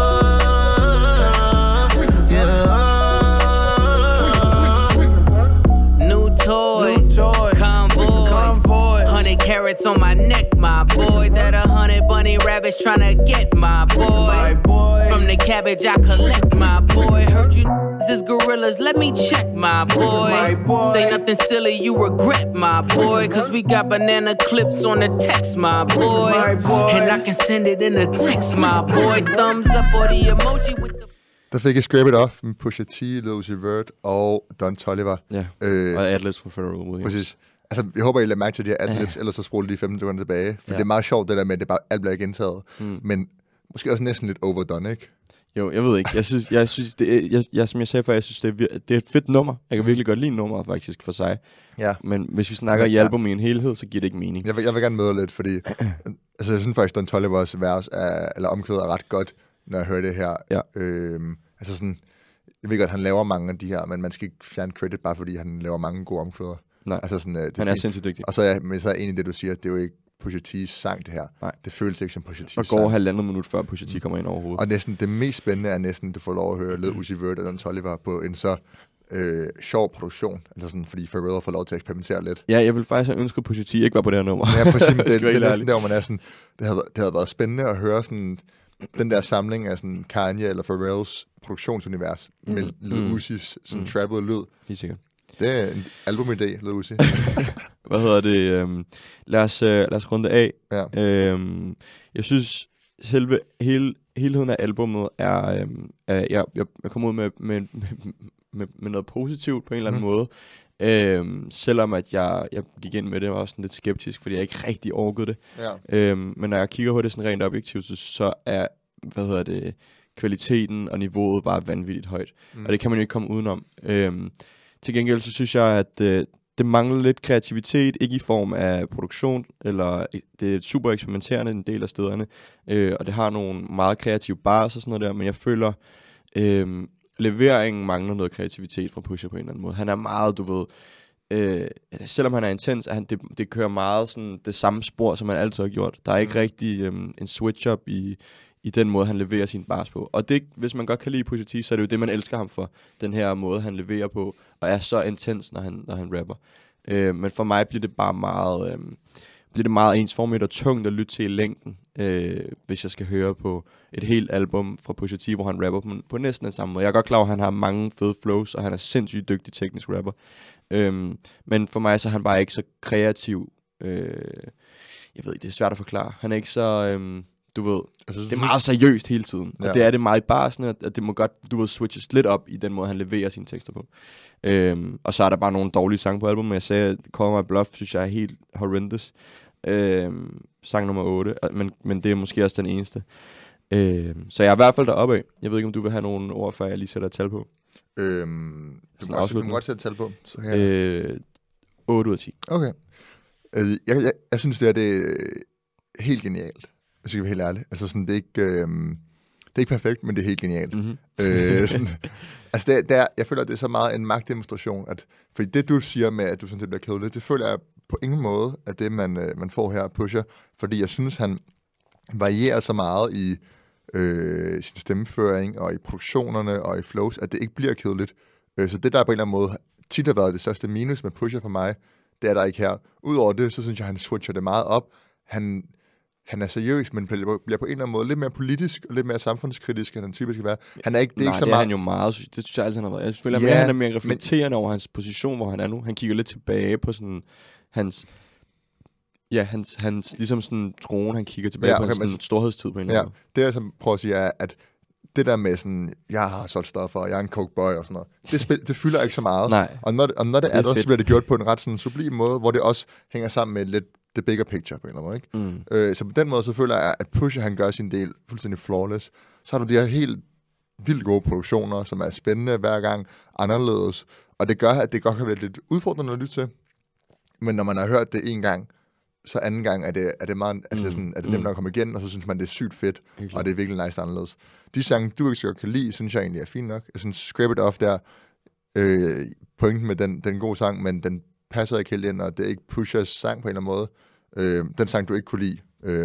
Toys, convoys, convoys. Hundred carats on my neck, my boy. That a hundred bunny rabbits tryna get my boy. my boy. From the cabbage I collect, my boy. Heard you is gorillas, let me check, my boy. my boy. Say nothing silly, you regret, my boy. Cause we got banana clips on the text, my boy. my boy. And I can send it in a text, my boy. Thumbs up or the emoji with the... Der fik jeg Scrape It Off med Pusha T, Lil Uzi Vert og Don Toliver. Ja, øh, og adlibs fra Pharrell Williams. Præcis. Altså, jeg håber, I lader mærke til de her adlibs, ellers så spruger de femten sekunder tilbage. For ja. Det er meget sjovt, det der med, at det bare alt bliver gentaget. Mm. Men måske også næsten lidt overdone, ikke? Jo, jeg ved ikke. Jeg synes, jeg synes det er, jeg, jeg, som jeg sagde før, jeg synes, det er, det er et fedt nummer. Jeg kan virkelig godt lide nummeret faktisk for sig. Ja. Men hvis vi snakker ja, i album i en helhed, så giver det ikke mening. Jeg vil, jeg vil gerne møde lidt, fordi altså, jeg synes faktisk, Don Tolivers vers er, eller omkvæd er ret godt, når jeg hører det her. Ja. Øhm, altså sådan, jeg ved godt, han laver mange af de her, men man skal ikke fjerne credit, bare fordi han laver mange gode omkvæder. Nej, altså sådan, det han er, er sindssygt dygtig. Og så er jeg så er enig i det, du siger, det er jo ikke Pusha T's sang, det her. Nej. Det føles ikke som Pusha T's sang. Og går halvandet minut før Pusha T kommer ind overhovedet. Og næsten det mest spændende er næsten, at du får lov at høre Lil Uzi Vert og Don Toliver på en så øh, sjov produktion. Altså sådan, fordi Pharrell får lov til at eksperimentere lidt. Ja, jeg vil faktisk have ønsket, at Pusha T ikke var på det her nummer. Ja, præcis. det, det, det er næsten der, hvor man er sådan, det havde, det havde været spændende at høre sådan den der samling af sådan Kanye eller Pharrells produktionsunivers mm. med Lil mm. Uzi's sådan mm. trappede lyd. Helt sikkert. Det er en albumidé, Lil Uzi. Hvad hedder det? Øhm, lad, os, øh, lad os runde af. Ja. Øhm, jeg synes, selve hele, helheden af albumet er... Øhm, er jeg, jeg, jeg kommer ud med, med, med, med noget positivt på en eller anden mm. måde. Øhm, selvom at jeg, jeg gik ind med det, var også lidt skeptisk, fordi jeg ikke rigtig orkede det. Ja. Øhm, men når jeg kigger på det sådan rent objektivt, så, så er, hvad hedder det, kvaliteten og niveauet bare vanvittigt højt. Mm. Og det kan man jo ikke komme udenom. Øhm, til gengæld så synes jeg, at øh, det mangler lidt kreativitet, ikke i form af produktion, eller det er super eksperimenterende en del af stederne, øh, og det har nogle meget kreative bars og sådan noget der, men jeg føler, øh, leveringen mangler noget kreativitet fra Pusha på en eller anden måde. Han er meget, du ved, øh, selvom han er intens, at han, det, det kører meget sådan det samme spor, som han altid har gjort. Der er ikke rigtig øh, en switch-up i, i den måde, han leverer sin bars på. Og det, hvis man godt kan lide Pusha T, så er det jo det, man elsker ham for. Den her måde, han leverer på, og er så intens, når han, når han rapper. Øh, men for mig bliver det bare meget... Øh, bliver det meget ensformigt og tungt at lytte til i længden, øh, hvis jeg skal høre på et helt album fra Pusha T, hvor han rapper på, på næsten den samme måde. Jeg er godt klar over, at han har mange fede flows, og han er sindssygt dygtig teknisk rapper. Øhm, men for mig så er han bare ikke så kreativ. Øh, jeg ved ikke, det er svært at forklare. Han er ikke så... Øh, du ved, altså, det er meget seriøst hele tiden. Ja. Og det er det meget i barsen, at det må godt, du ved, switches lidt op i den måde, han leverer sine tekster på. Øhm, og så er der bare nogle dårlige sange på albumet. Jeg sagde, at Call My Bluff, synes jeg er helt horrendous. Øhm, sang nummer otte, men, men det er måske også den eneste. Øhm, så jeg er i hvert fald deroppe af. Jeg ved ikke, om du vil have nogle ord, før jeg lige sætter et tal på. Øhm, du, må også, du må godt sætte et tal på. Så jeg... øh, otte ud af ti. Okay. Øh, jeg, jeg, jeg synes, det er, det er helt genialt. Hvis jeg skal være helt ærlig. Altså sådan, det er ikke, øh, det er ikke perfekt, men det er helt genialt. Mm-hmm. øh, sådan, altså det, det er, jeg føler, at det er så meget en magtdemonstration, at fordi det, du siger med, at du sådan set bliver kedeligt, det føler jeg på ingen måde, at det, man, øh, man får her Pusha, fordi jeg synes, han varierer så meget i øh, sin stemmeføring, og i produktionerne, og i flows, at det ikke bliver kedeligt. Øh, så det, der på en eller anden måde tit har været det største minus med Pusha for mig, det er der ikke her. Udover det, så synes jeg, han switcher det meget op. Han... Han er seriøs, men bliver på en eller anden måde lidt mere politisk og lidt mere samfundskritisk, end han typisk skal være. Han er ikke, det er Nej, ikke så det er meget... han jo meget. Det synes jeg altid, han har været. Jeg føler, ja, at han er mere reflekterende men... over hans position, hvor han er nu. Han kigger lidt tilbage på sådan hans... Ja, hans, hans ligesom sådan trone, han kigger tilbage ja, okay, på hans men... storhedstid på en eller anden ja, måde. Det jeg så prøver at sige er, at det der med sådan, jeg har solgt stoffer, og jeg er en coke boy og sådan noget, det, spil, det fylder ikke så meget. Nej. Og når det, og når det, det er, er der, fedt. så bliver det gjort på en ret sådan sublim måde, hvor det også hænger sammen med lidt the bigger picture på en eller anden måde, ikke? Mm. Øh, så på den måde, så føler jeg, at Pusha, han gør sin del fuldstændig flawless. Så har du de her helt vildt gode produktioner, som er spændende hver gang, anderledes, og det gør, at det godt kan være lidt udfordrende at lytte til. Men når man har hørt det en gang, så anden gang er det, er det, meget, er det, mm. sådan, er det nemt at komme igen, og så synes man, det er sygt fedt, okay. Og det er virkelig nice anderledes. De sange, du ikke så kan lide, synes jeg egentlig er fint nok. Jeg synes, Scrape It Off der, øh, pointen med den, den gode sang, men den passer ikke helt ind, og det er ikke Pushas sang på en eller anden måde. Øh, den sang, du ikke kunne lide. Øh,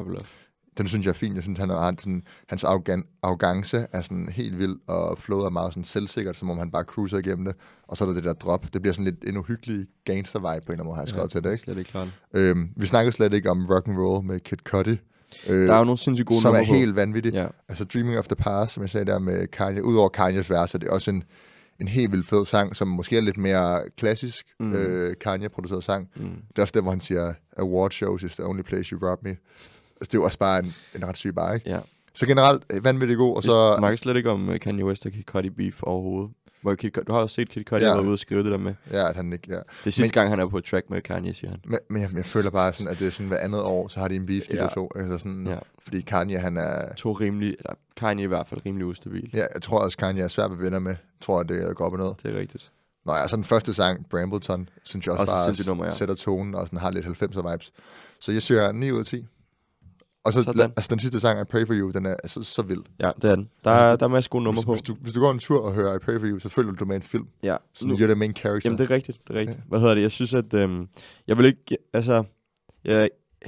den synes jeg er fin. Jeg synes, han har sådan, hans arrogan- arrogance er sådan helt vild, og flowet er meget sådan selvsikkert, som om han bare cruiser igennem det. Og så er der det der drop. Det bliver sådan lidt en uhyggelig gangster-vibe på en eller anden måde, har jeg skrevet ja, til det, ikke? Slet ikke klart. Øh, vi snakker slet ikke om rock and roll med Kid Cudi. Øh, der er jo nogle sindssygt gode som er på. helt vanvittigt. Ja. Altså Dreaming of the Past, som jeg sagde der med Kanye. Udover Kanye's vers, er det også en en helt vildt fed sang, som måske er lidt mere klassisk mm. øh, Kanye-produceret sang. Mm. Det er også det, hvor han siger, award shows is the only place you rob me. Altså, det er jo også bare en, en ret syg bar, ikke? Ja. Så generelt, vanvittigt god, og så... Vi snakker slet ikke om Kanye West og Kid Cudi beef overhovedet. Hvor Kid, du har jo set Kid Cudi, ja. Har været ude og skrive det der med. Ja, at han ikke... Ja. Det er sidste men, gang, han er på et track med Kanye, siger han. Men, men jeg, jeg føler bare sådan, at det er sådan hver andet år, så har de en beef, de ja. Der to. Altså sådan, ja. Fordi Kanye, han er... To rimelig... Eller Kanye i hvert fald rimelig ustabil. Ja, jeg tror også, Kanye er svært ved venner med. Jeg tror, at det går op og ned. Det er rigtigt. Nå ja, så den første sang, Brambleton, synes jeg også, også bare nummer, ja. Sætter tonen og sådan har lidt halvfemser vibes. Så jeg siger ni ud af ti. Og så la, altså den sidste sang, I Pray For You, den er så, så vild. Ja, det er den. Der er, altså, der er masser gode numre hvis, på. Hvis du, hvis du går en tur og hører I Pray For You, så føler du med en film. Ja. Så you're the main character. Jamen det er rigtigt, det er rigtigt. Ja. Hvad hedder det? Jeg synes, at øhm, jeg vil ikke, altså, jeg,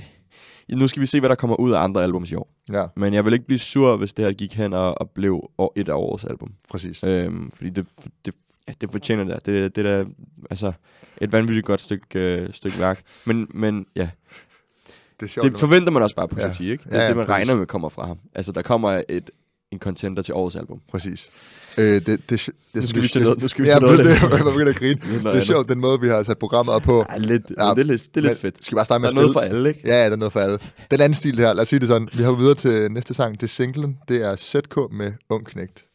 nu skal vi se, hvad der kommer ud af andre albums i år. Ja. Men jeg vil ikke blive sur, hvis det her gik hen og, og blev et af årets album. Præcis. Øhm, fordi det, det, ja, det fortjener det. Det, det er da, altså, et vanvittigt godt stykke, øh, stykke værk. Men, men ja... Det, sjovt, det forventer man også bare på Pusha T, ikke? Det er ja, ja, det, man præcis. regner med kommer fra ham. Altså, der kommer et, en contender til årets album. Præcis. Øh, det, det, det, nu skal vi til noget. Nu skal vi ja, til noget. Det, det, jeg begynder at grine. Det, det er sjovt, den måde, vi har sat programmet op på. Ja, lidt, ja, det er lidt, det er lidt fedt. Skal vi bare starte med der er noget for alle, ikke? Ja, ja, der er noget for alle. Den anden stil her, lad os sige det sådan. Vi har videre til næste sang. Det er singlen. Det er Z K med Ung Knægt.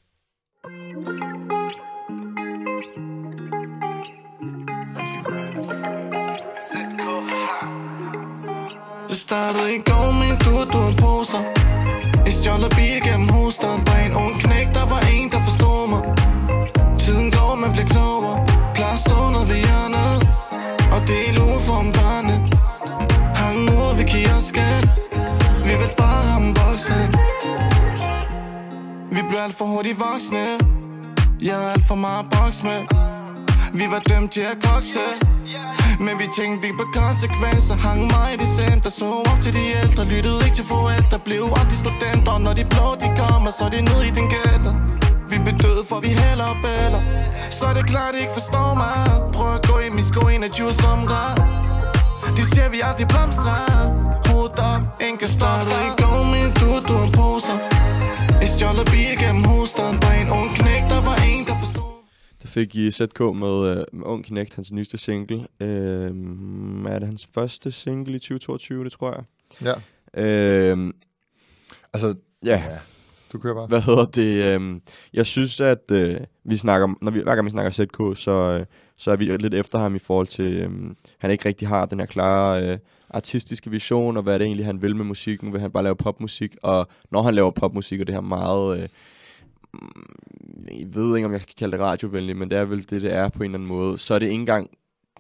Det startede i går med en tur, du har poser. Jeg stjålet bil gennem hovedstaden. Bare en ung knæk, der var en, der forstod mig. Tiden går, man bliver klogere. Klar stående ved hjørnet og del ude for en barne. Hang ud, vi giver os skat. Vi vil bare ramme boksen. Vi bliver alt for hurtigt voksne. Jeg havde alt for meget boks med. Vi var dømt til at kokse, men vi tænkte ikke på konsekvenser. Hang mig i det center, så op til de ældre. Lyttede ikke til forældre, blev op de studenter. Når de blå de kommer, så er det ned i den gælder. Vi blev døde, for vi hælder og bæller. Så er det klart, de ikke forstår mig. Prøv at gå i min sko, enogtyve som rar. De siger, vi aldrig blomstrer. Hovedet op, ingen kan stoppe dig. I går med en dur, du har poser. Jeg stjåler bil gennem hovedstaden. Bare en ung knæk, der var en, der forstod. Der fik I Z K med, øh, med Ung Knægt, hans nyeste single. Øh, er det hans første single i tyve toogtyve, det tror jeg. Ja. Øh, Altså, ja. ja. Du kører bare. Hvad hedder det? Øh, jeg synes, at øh, vi snakker, når vi, hver gang vi snakker Z K, så, øh, så er vi lidt efter ham i forhold til, øh, han ikke rigtig har den her klare øh, artistiske vision, og hvad det egentlig han vil med musikken. Vil han bare lave popmusik? Og når han laver popmusik, og det her meget... Øh, jeg ved ikke, om jeg kan kalde det radiovenligt, men det er vel det, det er på en eller anden måde. Så er det ikke engang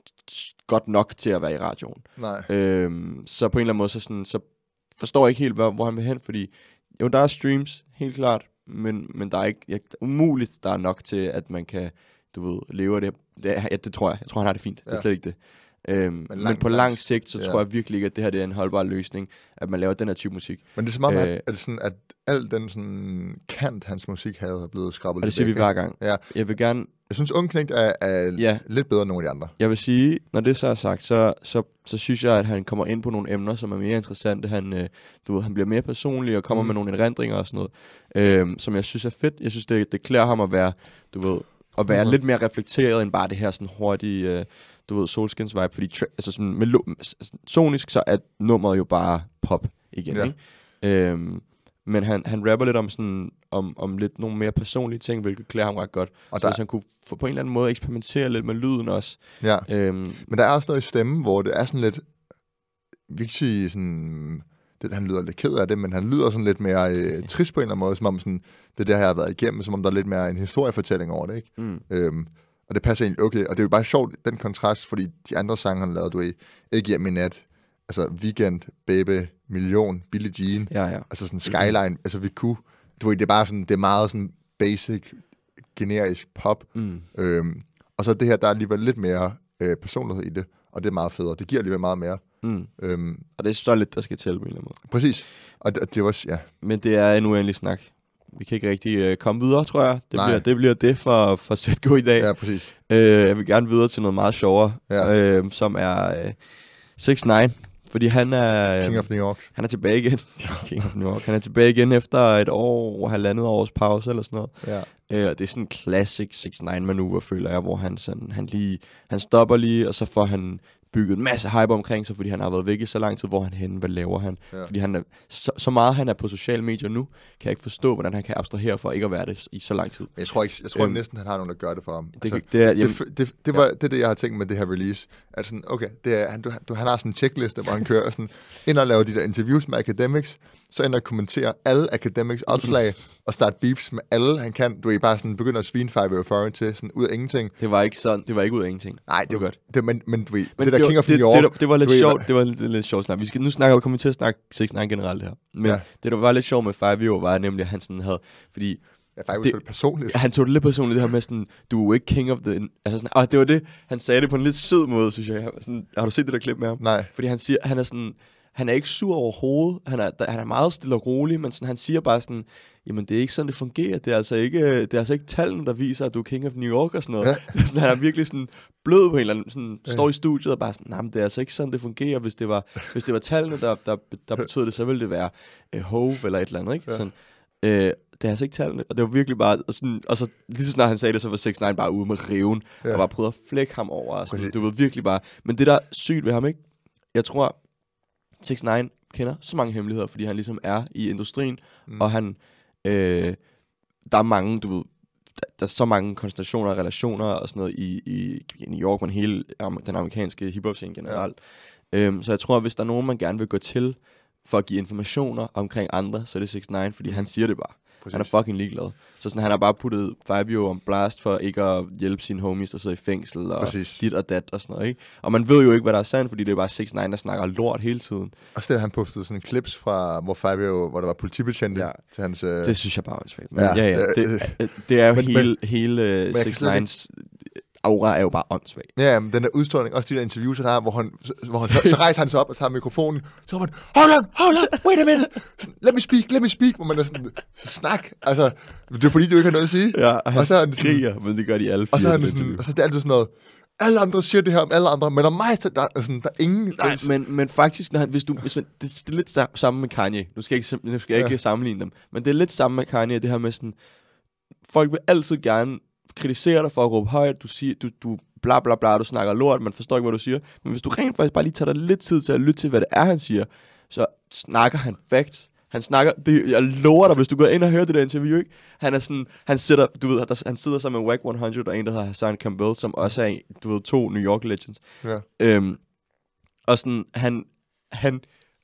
godt nok til at være i radioen. Nej. Øhm, så på en eller anden måde, så, sådan, så forstår jeg ikke helt, hvor, hvor han vil hen, fordi jo, der er streams, helt klart, men, men der er ikke, jeg, umuligt, der er nok til, at man kan, du ved, leve af det. Det, ja, det tror jeg. Jeg tror, han har det fint. Ja. Det er slet ikke det. Øhm, men, lang, men på lang sigt, så ja. tror jeg virkelig ikke, at det her det er en holdbar løsning, at man laver den her type musik. Men det er som om, øh, at, at, sådan, at al den sådan, kant, hans musik havde blevet skrabbet. Og det siger vi hver gang. Ja. Jeg vil gerne... Jeg synes, Ung Knægt er, er ja. lidt bedre end nogle af de andre. Jeg vil sige, når det så er sagt, så, så, så synes jeg, at han kommer ind på nogle emner, som er mere interessante. Han, øh, du ved, han bliver mere personlig og kommer mm. med nogle erindringer og sådan noget, øh, som jeg synes er fedt. Jeg synes, det, det klæder ham at være, du ved, at være mm. lidt mere reflekteret end bare det her sådan hurtige... Øh, du ved, Solskins vibe, fordi tra- altså sådan, melo- sonisk, så er nummeret jo bare pop igen, ja. Ikke? Øhm, men han, han rapper lidt om sådan, om, om lidt nogle mere personlige ting, hvilket klæder ham ret godt. Og så der... han kunne få på en eller anden måde eksperimentere lidt med lyden også. Ja, øhm, men der er også noget i stemmen, hvor det er sådan lidt, vi kan sige sådan, det, han lyder lidt ked af det, men han lyder sådan lidt mere øh, trist på en eller anden måde, som om sådan, det der her har været igennem, som om der er lidt mere en historiefortælling over det, ikke? Mm. Øhm, Og det passer egentlig okay, og det er jo bare sjovt, den kontrast, fordi de andre sange, han lavede, du ved, Ikke hjem i nat, altså Weekend, Baby, Million, Billie Jean, ja, ja. altså sådan Skyline, mm. altså vi kunne, du ved, det er bare sådan, det er meget sådan basic, generisk pop, mm. øhm, og så det her, der er alligevel lidt mere øh, personlighed i det, og det er meget federe, det giver alligevel meget mere. Mm. Øhm, og det er så lidt, der skal tælle på en eller anden måde. Præcis, og det, det var, ja. Men det er en uendelig snak. Vi kan ikke rigtig øh, komme videre, tror jeg. Det bliver, det bliver det for, for Z K i dag. Ja, præcis. Øh, jeg vil gerne videre til noget meget sjovere, ja. øh, som er øh, seks nine. Fordi han er... King of New York. Han er tilbage igen. King of New York. Han er tilbage igen efter et år, halvandet års pause eller sådan noget. Ja. Øh, det er sådan en classic seks nine manøvre, føler jeg, hvor han, sådan, han, lige, han stopper lige, og så får han bygget en masse hype omkring sig, fordi han har været væk i så lang tid. Hvor han henne? Hvad laver han? Ja. Fordi han er, så, så meget han er på sociale medier nu, kan jeg ikke forstå, hvordan han kan abstrahere for ikke at være det i så lang tid. Jeg tror, ikke, jeg tror øhm, næsten, han har nogen, der gør det for ham. Det, altså, det, er, jamen, det, det, det, var, ja. det er det, jeg har tænkt med det her release. At sådan, okay, det er, han, du, du, han har sådan en checkliste, hvor han kører sådan, ind og laver de der interviews med academics, så ind og kommentere alle academics opslag, og starte beefs med alle, han kan. Du er bare sådan, begynder at svine Five Authority til, sådan ud af ingenting. Det var ikke sådan, det var ikke ud af ingenting. Nej, det var godt. Det, men, men, du, men det der det King var, of det, New York. Det, det, det var lidt du, sjovt, det var lidt, lidt sjovt snak. Vi skal nu snakke, kommer vi til at snakke seks nine generelt her. Men ja. det, der var lidt sjovt med Five år, var nemlig, at han sådan havde, fordi... Ja, Five tog det personligt. Han tog det lidt personligt, det her med sådan, du er ikke king of the... Altså sådan, og det var det, han sagde det på en lidt sød måde, synes jeg. Sådan, har du set det der klip med ham? Nej. Fordi han siger, han er sådan... Han er ikke sur overhovedet. Han er, han er meget stille og rolig, men sådan, han siger bare sådan, jamen det er ikke sådan, det fungerer. Det er altså ikke, det er altså ikke tallene, der viser, at du er king of New York og sådan noget. Ja. Sådan, han er virkelig sådan blød på en eller anden, sådan, ja. står i studiet og bare sådan, nej, men det er altså ikke sådan, det fungerer. Hvis det var, hvis det var tallene, der, der, der betød det, så ville det være uh, Hove eller et eller andet, ikke? Ja. Sådan, uh, det er altså ikke tallene. Og det var virkelig bare, og, sådan, og så lige så snart han sagde det, så var seks nine bare ude med riven, ja. og bare prøvede at flække ham over. Og sådan, det var virkelig bare, men det der er sygt ved ham, ikke? Jeg tror, seks nine kender så mange hemmeligheder, fordi han ligesom er i industrien, mm. og han, øh, der er mange, du ved, der, der er så mange konstellationer og relationer og sådan noget i, i, i New York, men hele den amerikanske hiphop-scene generelt. Ja. Øhm, så jeg tror, at hvis der er nogen, man gerne vil gå til for at give informationer omkring andre, så er det seks nine, fordi han siger det bare. Præcis. Han er fucking ligeglad. Så sådan, han har bare puttet Fabio om blast for ikke at hjælpe sine homies, der sidder i fængsel, og Præcis. dit og dat og sådan noget, ikke? Og man ved jo ikke, hvad der er sandt, fordi det er bare seks nine, der snakker lort hele tiden. Og så han postede sådan clips fra, hvor Fabio, hvor der var politibetjente ja. til hans... Øh... Det synes jeg bare er åndssvagt. Men ja, ja, ja det, det, det er jo men, hele, men, hele seks nines... aura er jo bare åndssvag. Ja, men den der udstråling, også de der interviews, han har, hvor han, hvor han så, så rejser han sig op og tager mikrofonen, så er man, hold on, hold on, wait a minute, let me speak, let me speak, hvor man er sådan, snak, altså, det er fordi, du ikke har noget at sige. Ja, og han, og så han skriger, sådan, men det gør de alle fire. Og så er han sådan, og så er det altid sådan noget, alle andre siger det her om alle andre, men om mig, så der, er, sådan, der er ingen... Nej, men, men faktisk, når han, hvis du, hvis man, det, det er lidt samme med Kanye, nu skal jeg ikke, nu skal jeg ikke ja. sammenligne dem, men det er lidt samme med Kanye, det her med sådan, folk vil altid gerne kritisere dig for at råbe højt, du siger, du, du bla bla bla, du snakker lort, man forstår ikke, hvad du siger, men hvis du rent faktisk bare lige tager dig lidt tid til at lytte til, hvad det er, han siger, så snakker han facts. Han snakker, det, jeg lover dig, hvis du går ind og hører det der interview, ikke? Han er sådan, han sidder, du ved, der, han sidder sammen med W A C hundrede og en, der hedder Hassan Campbell, som også er, du ved, to New York Legends. Ja. Øhm, og sådan, han, han,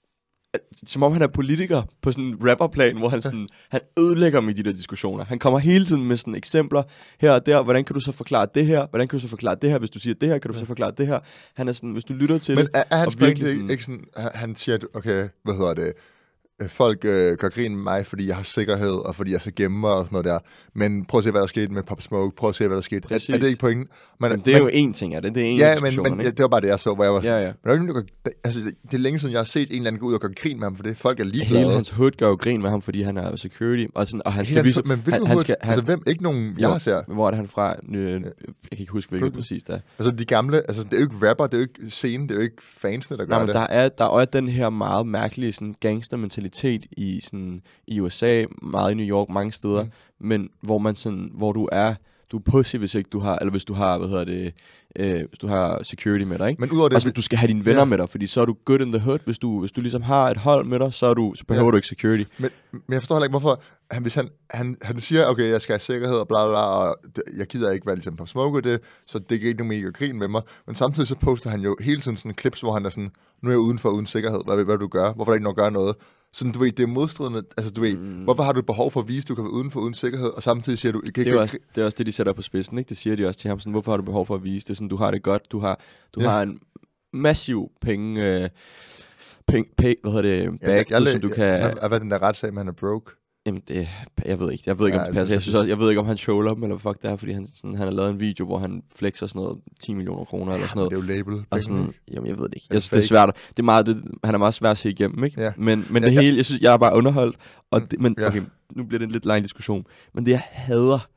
som om han er politiker på sådan en rapperplan, hvor han sådan, han ødelægger med de der diskussioner. Han kommer hele tiden med sådan eksempler her og der. Hvordan kan du så forklare det her? Hvordan kan du så forklare det her? Hvis du siger det her, kan du så forklare det her? Han er sådan, hvis du lytter til Men det... Men er, er hans pointe ikke, ikke sådan, han siger, okay, hvad hedder det... Folk øh, gør grin med mig, fordi jeg har sikkerhed, og fordi jeg skal gemme mig og sådan noget der. Men prøv at se, hvad der skete med Pop Smoke. Prøv at se, hvad der skete. Er, er det ikke pointen? Men, men det er men, jo én ting, er det? Det er en ja, men, men ja, det var bare det, jeg så, hvor jeg var sådan. Ja, ja. Men der gør, altså, det er længe siden, jeg har set en eller anden gå ud og gøre grin med ham, for det folk er ligeglade. Hele hans hood gør jo grin med ham, fordi han er security. Og, sådan, og han skal vise... Men hvilken hood? Han, altså, hvem? Ikke nogen, jeg ser. Hvor er det han fra? Jeg kan ikke huske, hvilket præcis det er. Altså, de gamle... Altså, det er jo ikke rapper, det er jo ikke scenen, det er jo ikke fansene, der gør Nej, men det. Der er, der er den her meget mærkelige sådan, gangstermentalitet i sådan i U S A, meget i New York, mange steder, mm. men hvor man sådan, hvor du er, du er pussy, hvis ikke du har, eller hvis du har, hvad hedder det, øh, hvis du har security med dig, ikke? Men udover det, og så, du skal have dine venner yeah. med dig, fordi så er du good in the hood. Hvis du, hvis du ligesom har et hold med dig, så er du, så behøver yeah. du ikke security. Men, men jeg forstår heller ikke, hvorfor, han, hvis han, han, han siger, okay, jeg skal have sikkerhed og bla bla, og det, jeg gider ikke være ligesom på smoke det, så det giver ikke nogen mega grin med mig. Men samtidig så poster han jo hele tiden sådan clips, hvor han er sådan, nu er jeg udenfor uden sikkerhed, hvad, hvad du gør? Hvorfor er der ikke nogen, der gør noget? Sådan, du ved, det er modstridende, altså du ved, mm. hvorfor har du et behov for at vise, at du kan være udenfor uden sikkerhed, og samtidig siger du, ikke, det, er også, det er også det, de sætter på spidsen, ikke? Det siger de også til ham, sådan, hvorfor har du behov for at vise det, sådan, du har det godt, du har, du ja. har en massiv penge, øh, penge, penge, hvad hedder det, bag, ja, jeg, jeg, som du kan... Hvad er den der retssag, med han er broke? Jamen, det, jeg ved ikke, jeg ved ikke, ja, om det passer, jeg, synes også, jeg ved ikke, om han showler dem, eller fuck det er, fordi han, sådan, han har lavet en video, hvor han flexer sådan noget ti millioner kroner, eller sådan noget. Det er jo label. Og sådan, jamen, jeg ved det ikke. Jeg synes, det er svært. Det er meget, det, han er meget svært at se igennem, ikke? Ja. Men, men ja, det ja. hele, jeg synes, jeg er bare underholdt, og det, men okay, nu bliver det en lidt lang diskussion, men det, jeg hader,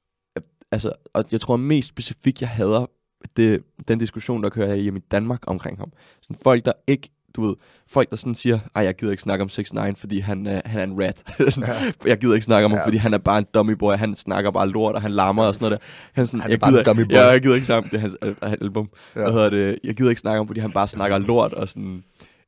altså, og jeg tror mest specifikt, jeg hader, det, den diskussion, der kører hjemme i Danmark omkring ham. Sådan folk, der ikke, du ved, folk, der sådan siger, ej, jeg gider ikke snakke om seks nine, fordi han, øh, han er en rat. sådan, ja. Jeg gider ikke snakke om ja. ham, fordi han er bare en dummy boy, han snakker bare lort, og han larmer ja. og sådan noget der. Han, sådan, han jeg er bare gider, en dummy boy. Ja, jeg gider ikke snakke om det, hans øh, album. Ja. Hvad hedder det? Jeg gider ikke snakke om, fordi han bare snakker lort, og sådan,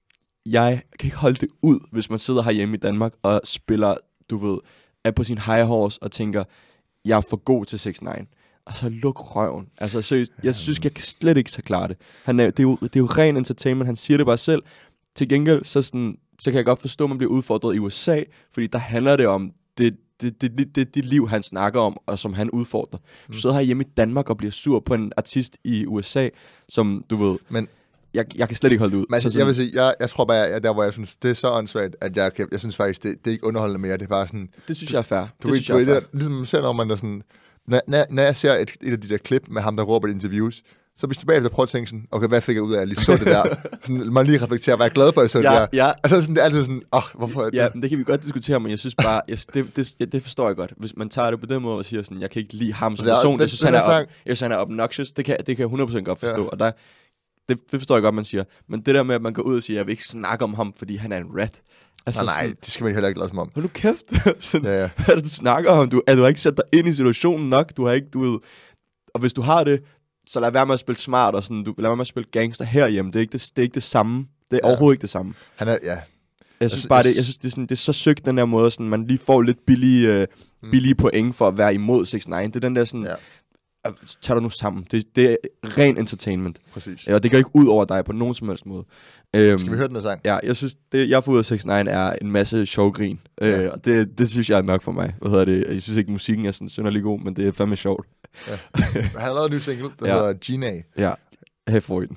jeg kan ikke holde det ud, hvis man sidder herhjemme i Danmark, og spiller, du ved, er på sin high horse, og tænker, jeg er for god til seks nine. Og så luk røven. Altså seriøst, jeg synes, jeg kan slet ikke så klare det. Han er, det, er jo, det er jo ren entertainment, han siger det bare selv. Til gengæld, så, sådan, så kan jeg godt forstå, at man bliver udfordret i U S A, fordi der handler det om det, det, det, det, det, det liv, han snakker om, og som han udfordrer. Mm. Du sidder her hjemme i Danmark og bliver sur på en artist i U S A, som du ved... Men jeg, jeg kan slet ikke holde det ud. Men altså, sådan, jeg vil sige, jeg, jeg tror bare, jeg, der hvor jeg synes, det er så åndssvagt, at jeg, jeg synes faktisk, det, det er ikke underholdende mere. Det er bare sådan... Det synes jeg er fair. Du det ved, synes jeg er fair. Det, ligesom selv når man er sådan... Når, når, når jeg ser et, et af de der klip med ham, der råber i interviews, så hvis du bagefter prøver at tænke sådan, okay, hvad fik jeg ud af, at jeg lige så det der? Sådan, man lige reflekterer, hvad jeg er glad for, at jeg så ja, det der. Ja. Altså sådan, det er altid sådan, åh, oh, hvorfor er det? Ja, men det kan vi godt diskutere, men jeg synes bare, jeg, det, det, det, det forstår jeg godt. Hvis man tager det på den måde og siger sådan, jeg kan ikke lide ham som person, jeg synes, han er, op, jeg synes, han er obnoxious, det kan, det kan jeg hundrede procent godt forstå, ja. Og der, det, det forstår jeg godt, man siger. Men det der med, at man går ud og siger, jeg vil ikke snakke om ham, fordi han er en rat. Altså nej, nej, sådan, det skal man heller ikke lade som om. Hold nu kæft. sådan, ja, ja. Hvad er det, du snakker om? Du, er, du har ikke sat dig ind i situationen nok. Du har ikke, du ved... Og hvis du har det, så lad være med at spille smart og sådan. Du lad være med at spille gangster herhjemme. Det er ikke det, det, er ikke det samme. Det er ja. overhovedet ikke det samme. Han er, ja. Jeg synes bare, det, jeg synes, det, er sådan, det er så søgt, den der måde, sådan, man lige får lidt billige, øh, mm. billige point for at være imod seks nine. Det er den der sådan... Ja. Tag dig nu sammen. Det, det er ren entertainment. Præcis. Ja, og det går ikke ud over dig på nogen som helst måde. Øhm, Skal vi høre den her sang? Ja, jeg synes, det jeg får ud af seks nine er en masse sjovgrin. Ja. Øh, og det, det synes jeg er nok for mig. Hvad hedder det? Jeg synes ikke, musikken er sådan synderlig god, men det er fandme sjovt. Ja. Han har lavet en ny single, der Ja. hedder Gina. Ja, her får I den.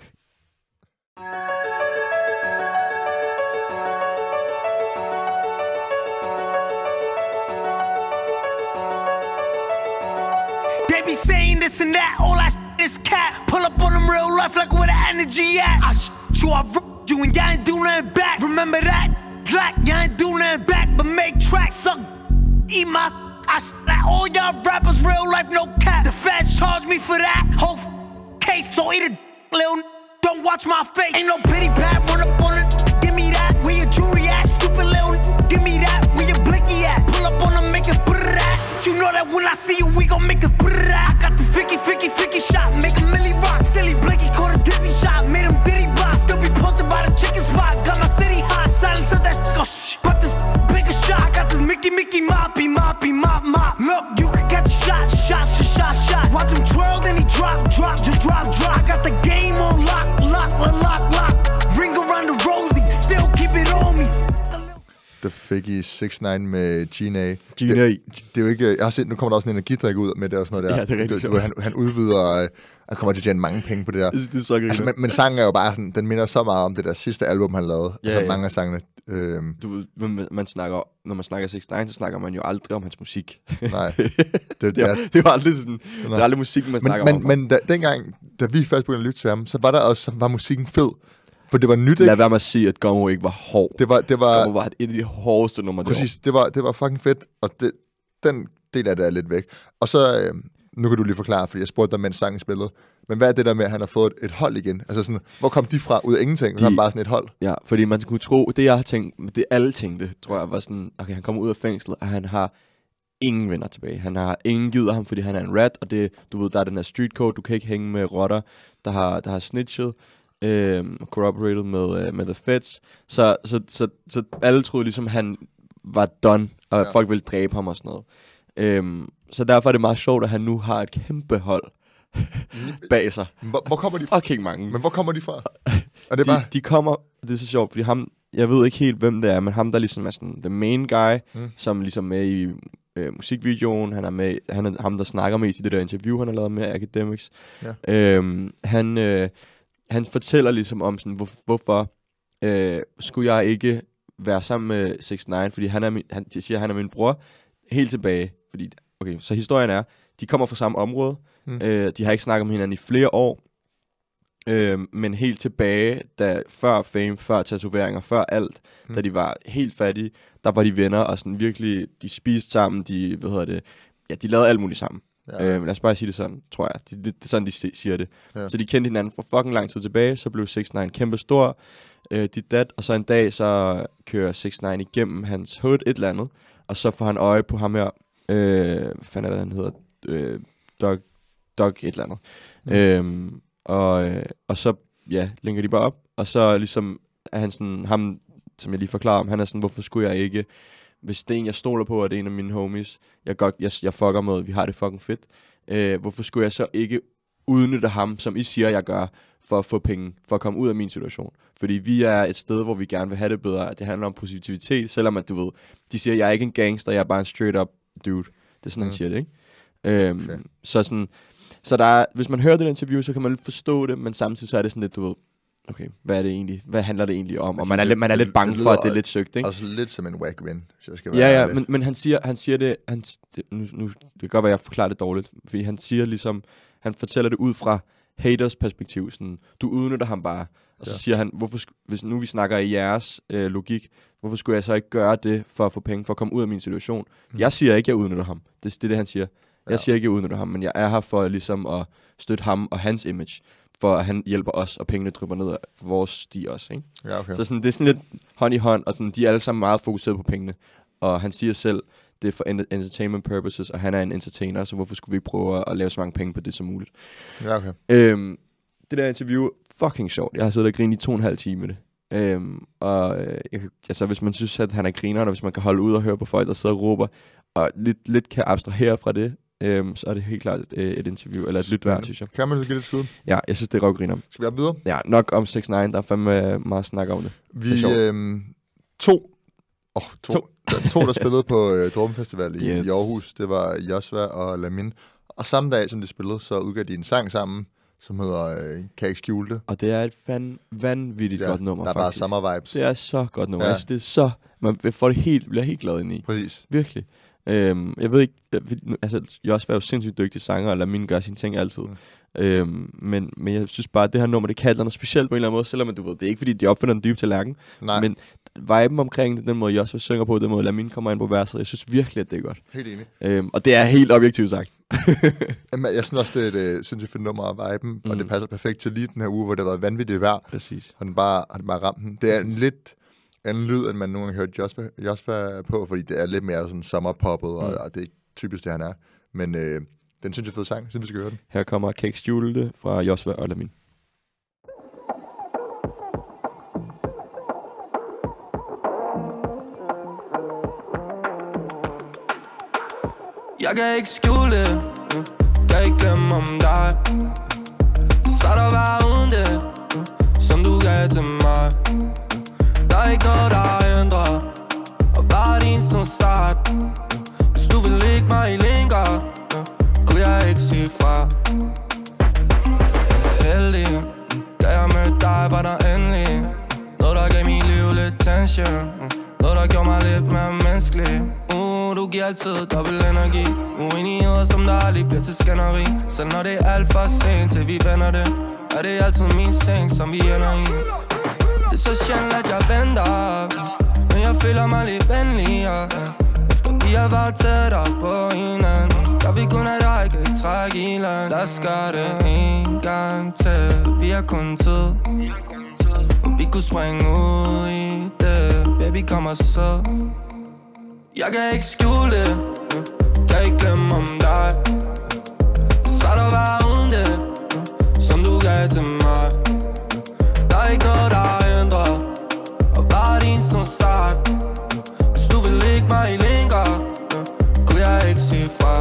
They be saying this and that, all that shit is cat. Pull up on them real life like where the energy at. I sh- you, I r- you and y'all ain't do nothing back. Remember that? Black, y'all ain't do nothing back, but make tracks, suck, eat my I sh- like all y'all rappers real life, no cap. The feds charge me for that whole f- case, so eat a d- little n- don't watch my face. Ain't no pity pat, run up on it, give me that. Where your jewelry at, stupid little n- give me that. Where your blicky at, pull up on them, make it put it at. You know that when I see you, we gon' make it put it at. I got this Vicky, Vicky, Vicky shot, make a milli rock. Silly blicky, caught a dizzy shot, made him diddy block. Still be posted by the chicken spot, got my city hot, silence of that sh- oh shh. But this bigger shot, I got this Mickey, Mickey, moppy, moppy, mop, mop. Look, you can catch a shot, shot, shot, shot, shot. Watch him twirl, then he drop, drop, just drop, drop. I got the game on lock, lock, lock, lock, lock. Ring around the rosy, still keep it on me. Der fik I seks nine med Gina. Gina. Det, det er jo ikke... Jeg har set, nu kommer der også en energidrik ud med det og sådan noget der. Ja, det er rigtig du, sjovt. du, han, han udvider... øh, Han kommer til at tjene mange penge på det der. Jeg synes, det er så Altså, men, men sangen er jo bare sådan... Den minder så meget om det der sidste album, han lavede. Ja, altså ja. mange af sangene. Øhm, Du ved, man, man snakker, når man snakker seks nine, så snakker man jo aldrig om hans musik. nej. det, Det, det, er, det er jo aldrig sådan... Det er aldrig musikken, man snakker men, om. men, men da, dengang, da vi først begyndte at lytte til ham, så var der også... Var musikken fed. For det var nyt, Lad ikke? være med at sige, at Gummo ikke var hård. Det var... Det var Gummo var et af de hårdeste numre, det præcis. Det var, det var fucking fedt. Og det, den del af det er lidt væk. Og så... Øh, nu kan du lige forklare, fordi jeg spurgte dig, mens sangen spillede. Men hvad er det der med, at han har fået et, et hold igen? Altså sådan, hvor kom de fra? Ud af ingenting? Så De- han bare sådan et hold. Ja, fordi man kunne tro, det jeg har tænkt, det alle tænkte, tror jeg, var sådan, okay, han kommer ud af fængslet, og han har ingen venner tilbage. Han har ingen gider ham, fordi han er en rat, og det, du ved, der er den her street code, du kan ikke hænge med rotter, der har, der har snitchet, øhm, corroborated med, øh, med the feds. Så, så, så, så alle troede ligesom, han var done, og Ja. ja. folk ville dræbe ham og sådan noget. Øhm, så derfor er det meget sjovt, at han nu har et kæmpe hold bag sig. Hvor, hvor kommer de fra? Fucking mange. Men hvor kommer de fra? Og det er de, bare... de kommer, det er så sjovt, fordi ham, jeg ved ikke helt, hvem det er, men ham, der ligesom er sådan the main guy, Mm. mm. som ligesom med i øh, musikvideoen, han er med, han er ham, der snakker mest i det der interview, han har lavet med Academics. Ja. Øhm, han, øh, han fortæller ligesom om sådan, hvor, hvorfor øh, skulle jeg ikke være sammen med seks nine, fordi han er min, han, de siger, han er min bror, helt tilbage, fordi, okay, så historien er, de kommer fra samme område, Mm. mm. øh, de har ikke snakket med hinanden i flere år, Øh, men helt tilbage, da før fame, før tatoveringer, før alt, Mm. mm. da de var helt fattige, der var de venner, og sådan virkelig, de spiste sammen, de, hvad hedder det, ja, de lavede alt muligt sammen. Ja. Ja. Øh, lad os bare sige det sådan, tror jeg. Det, det, det er sådan, de se- siger det. Ja. Ja. Så de kendte hinanden fra fucking lang tid tilbage, så blev seks nine kæmpe stor, øh, de dat, og så en dag, så kører seks nine igennem hans hood, et eller andet, og så får han øje på ham her, øh, hvad fanden er det, han hedder, øh, Doug, Doug et eller andet. Mm. Mm. Øhm, og, øh, og så, ja, linker de bare op, og så ligesom er han sådan, ham, som jeg lige forklarer om, han er sådan, hvorfor skulle jeg ikke, hvis det er en, jeg stoler på, og det er en af mine homies, jeg, godt, jeg, jeg fucker med, vi har det fucking fedt, øh, hvorfor skulle jeg så ikke udnytte ham, som I siger, jeg gør, for at få penge, for at komme ud af min situation. Fordi vi er et sted, hvor vi gerne vil have det bedre, det handler om positivitet, selvom at du ved, de siger, jeg er ikke en gangster, jeg er bare en straight up dude. Det er sådan, mm. han siger det, ikke? Øhm, Okay. Så sådan, så der er, hvis man hører det interview, så kan man lidt forstå det, men samtidig så er det sådan lidt, du ved, okay, hvad er det egentlig, hvad handler det egentlig om? Og man er, lidt, man er Det- lidt bange det for, at lyder det er lidt søgt, ikke? Altså lidt som en whack win, hvis jeg skal være Ja, ja, ærlig. men, men han siger, han siger det, han, det nu, nu, det kan godt være, jeg forklarer det dårligt, fordi han siger ligesom, han fortæller det ud fra haters perspektiv, sådan, du udnytter ham bare, og så Ja. siger han, hvorfor, sk- hvis nu vi snakker i jeres øh, logik, hvorfor skulle jeg så ikke gøre det for at få penge, for at komme ud af min situation? Mm. Jeg siger ikke, jeg udnytter ham, det, det er det, han siger. Jeg Ja. siger ikke, jeg udnytter ham, men jeg er her for ligesom at støtte ham og hans image, for at han hjælper os, og pengene drypper ned for vores sti også, ikke? Ja, okay. Så sådan, det er sådan lidt hånd i hånd, og sådan, de er alle sammen meget fokuseret på pengene. Og han siger selv, det er for en- entertainment purposes, og han er en entertainer, så hvorfor skulle vi ikke prøve at lave så mange penge på det som muligt? Ja, okay. Øhm, det der interview, fucking sjovt. Jeg har siddet og grinet i to og en halv time med det. Øhm, og øh, jeg, kan- altså, hvis man synes, at han er griner, og hvis man kan holde ud og høre på folk, der sidder og råber, og lidt, lidt kan abstrahere fra det, øhm, så er det helt klart øh, et interview, eller et lyt værd, synes jeg. Kan man så give det skud? Ja, jeg synes, det er røvgriner. Skal vi op videre? Ja, nok om seks nine, der er fandme meget snak om det. Vi det er øhm, to, oh, to, To. Der, to, der spillede på øh, Drømmefestival i, Yes. i Aarhus. Det var Josva og Lamin. Og samme dag, som de spillede, så udgav de en sang sammen, som hedder øh, Kan ikke skjule det. Og det er et fan, vanvittigt Ja, godt nummer, der er faktisk. bare summer vibes. Det er så godt nummer. Ja. Ja. Jeg synes, det er så... Man får det helt, bliver helt glad ind i. Præcis. Virkelig. Øhm, jeg ved ikke... jeg- Altså, Josh er jo sindssygt dygtig sanger, og Lamin gør sine ting altid. Mm. Øhm, men, men jeg synes bare, at det her nummer, det kan noget specielt på en eller anden måde, selvom du ved, det er ikke fordi, de opfinder den dybe tallerken. Nej, Men viben omkring det, den måde Josh synger på, den måde Lamin kommer ind på verset, jeg synes virkelig, at det er godt. helt enig. Øhm, og det er helt objektivt sagt. Jamen, jeg synes også, det er et øh, sindssygt fedt nummer af viben, mm. og det Mm. passer perfekt til lige den her uge, hvor det har været vanvittigt vejr. Præcis. Har den bare, har den bare ramt den. Det er en lidt anden lyd, end man nogle gange hørt Josva, Josva på, fordi det er lidt mere sådan sommerpoppet, mm. og, og det er ikke typisk det, han er. Men øh, den synes jeg er fed sang. Jeg synes, vi skal høre den. Her kommer Cake Skjulte fra Josva og Lamin. Jeg kan ikke skjule det, uh, kan ikke glemme om dig. Det er svært at være uden det, uh, som du gav til mig. Der er ikke noget, der ændrer, og bare din som start. Hvis du vil lægge mig i længere, uh, kunne jeg ikke sige fra. Heldig, da jeg mødte dig, var der endelig noget, der gav mit liv lidt tension, uh, noget, der gjorde mig lidt mere menneskelig. Du giver altid dobbelt energi. Uenigheder, som der aldrig bliver til skænderi. Selv når det er alt for sent, til vi vender det, er det altid min ting, som vi ender i. Det er så sjældent, at jeg venter, men jeg føler mig lidt venligere. Efter vi har været tættere på hinanden, der vi kun er der, ikke trække i land. Lad os gøre det en gang til, vi har kun tid. Og vi kunne springe ud i det, baby kommer så. Jeg kan ikke skjule det, kan ikke glemme om dig. Det er svært at være uden det, som du gav til mig. Der er ikke noget, der ændrer, og bare din som start. Hvis du vil lægge mig i længere, kunne jeg ikke sige fra.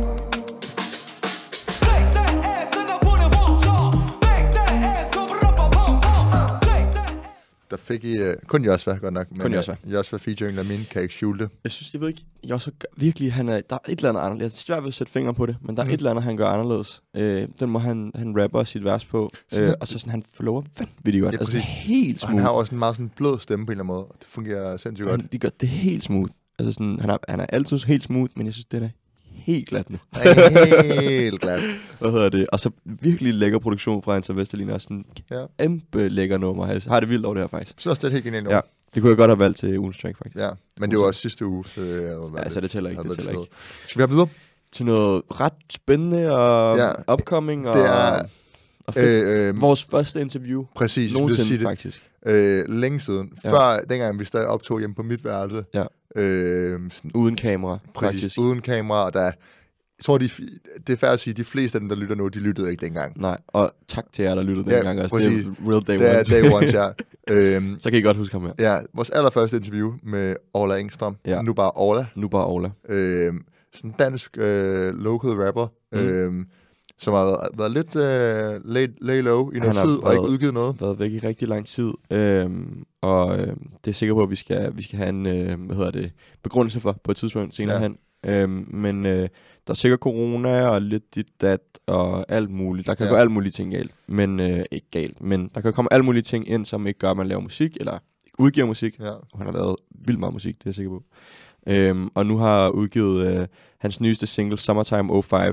Der fik I uh, kun Josva, godt nok. Men, Kun Josva. Uh, Josva featuring Lamin, Kan ikke skjule det. Jeg synes, jeg ved ikke, jeg også gør, virkelig, han er, der er et eller andet anderledes. Jeg er svært ved at sætte fingre på det, men der er Mm. mm. et eller andet, han gør anderledes. Øh, den må han, han rapper sit vers på, Så øh, det- og så sådan, han flower vanvittigt godt. Ja, Altså, præcis. helt Og smooth. han har også en meget sådan blød stemme på en eller anden måde. og Det fungerer sindssygt godt. Han, de gør det helt smooth. Altså sådan, han, er, han er altid helt smooth, men jeg synes, det er helt glat nu. Helt glad. Hvad hedder det? Og så virkelig lækker produktion fra Anton Vesterlin, og sådan Ja. kæmpe lækker nummer. Jeg har det vildt over det her, faktisk. Jeg synes også, det er et helt genialt Ja, nummer. det kunne jeg godt have valgt til ugens track, faktisk. Ja. Men det var også sidste uge, så jeg havde været Altså, det tæller ikke, havde det været tæller lidt sød. Skal vi have videre? Til noget ret spændende og Ja, ja, upcoming og, det er- og fedt. Øh, øh, Vores første interview præcis, jeg skulle nogensinde, sige det. faktisk. Øh, længe siden. Ja. Før dengang, vi stadig optog hjemme på mit værelse. Ja. Øh, sådan, Uden kamera, præcis, faktisk. uden kamera. Og der, jeg tror, de, det er fair at sige, de fleste af dem, der lytter nu, de lyttede ikke dengang. Nej, og tak til jer, der lyttede Ja, dengang også. præcis. Det er real day Det er one. day one, ja. øhm, Så kan I godt huske ham her. ja, vores allerførste interview med Orla Engstrøm. Ja. Nu bare Orla. Nu bare Orla. Øhm, sådan en dansk øh, local rapper, Mm. øhm, som har været, været lidt øh, lay, lay low i noget Han har tid, og ikke været- udgivet noget. Været væk i rigtig lang tid. Øhm, og øhm, det er sikker på, at vi skal, vi skal have en øh, hvad hedder det, begrundelse for på et tidspunkt senere Ja. hen. Øhm, men øh, der er sikkert corona og lidt dit dat og alt muligt. Der kan Ja. ja. gå alt mulige ting galt. Men øh, ikke galt. Men der kan komme alle mulige ting ind, som ikke gør, at man laver musik, eller ikke udgiver musik. Ja. Og han har lavet vildt meget musik, det er jeg sikker på. Øhm, og nu har udgivet øh, hans nyeste single, Summertime oh five,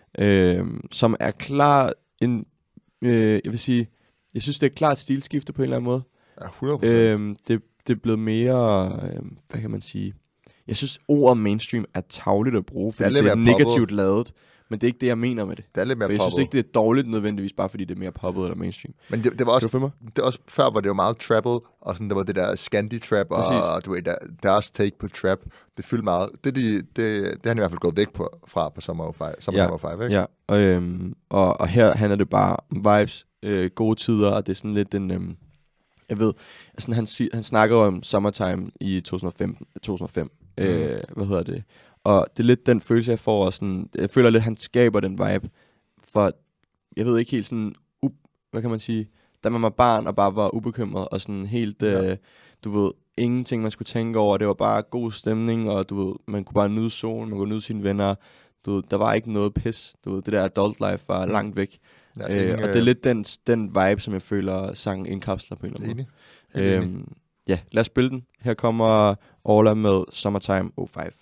øhm, som er klar en, øh, jeg vil sige, jeg synes, det er et klart stilskifte på en eller anden måde. Ja, hundrede procent. Øhm, det, det er blevet mere, øh, hvad kan man sige, jeg synes, ordet mainstream er tarveligt at bruge, fordi Det er det lidt er, mere negativt poppet. lavet, men det er ikke det, jeg mener med det. Det er lidt mere For jeg synes poppet. ikke, det er dårligt nødvendigvis, bare fordi det er mere poppet eller mainstream. Men det, det var Kan også du følge mig? det var også før, hvor det var meget trappet, og sådan, der var det der Scandi-trap, og, Præcis. og du ved, der, deres take på trap, det fyldte meget. Det, de, det, det har han i hvert fald gået væk på, fra på Summer oh five, Summer Ja. oh five, ikke? Ja, og, øhm, og, og her handler det bare om vibes, øh, gode tider, og det er sådan lidt en, øhm, jeg ved, altså han, sig, han snakker om Summertime i to tusind og femten, to tusind og fem, mm. øh, hvad hedder det, Og det er lidt den følelse, jeg får. Og sådan, jeg føler lidt, at han skaber den vibe. For jeg ved ikke helt sådan, up, hvad kan man sige, da man var barn og bare var ubekymret. Og sådan helt, ja. øh, du ved, ingenting man skulle tænke over. Det var bare god stemning, og du ved, man kunne bare nyde solen, man kunne nyde sine venner. Du ved, der var ikke noget pis. Du ved, det der adult life var mm. langt væk. Ja, øh, ingen, og det er lidt den, den vibe, som jeg føler, sangen indkapsler på en eller anden måde. Øhm, ja, lad os spille den. Her kommer Orla med Summertime oh five.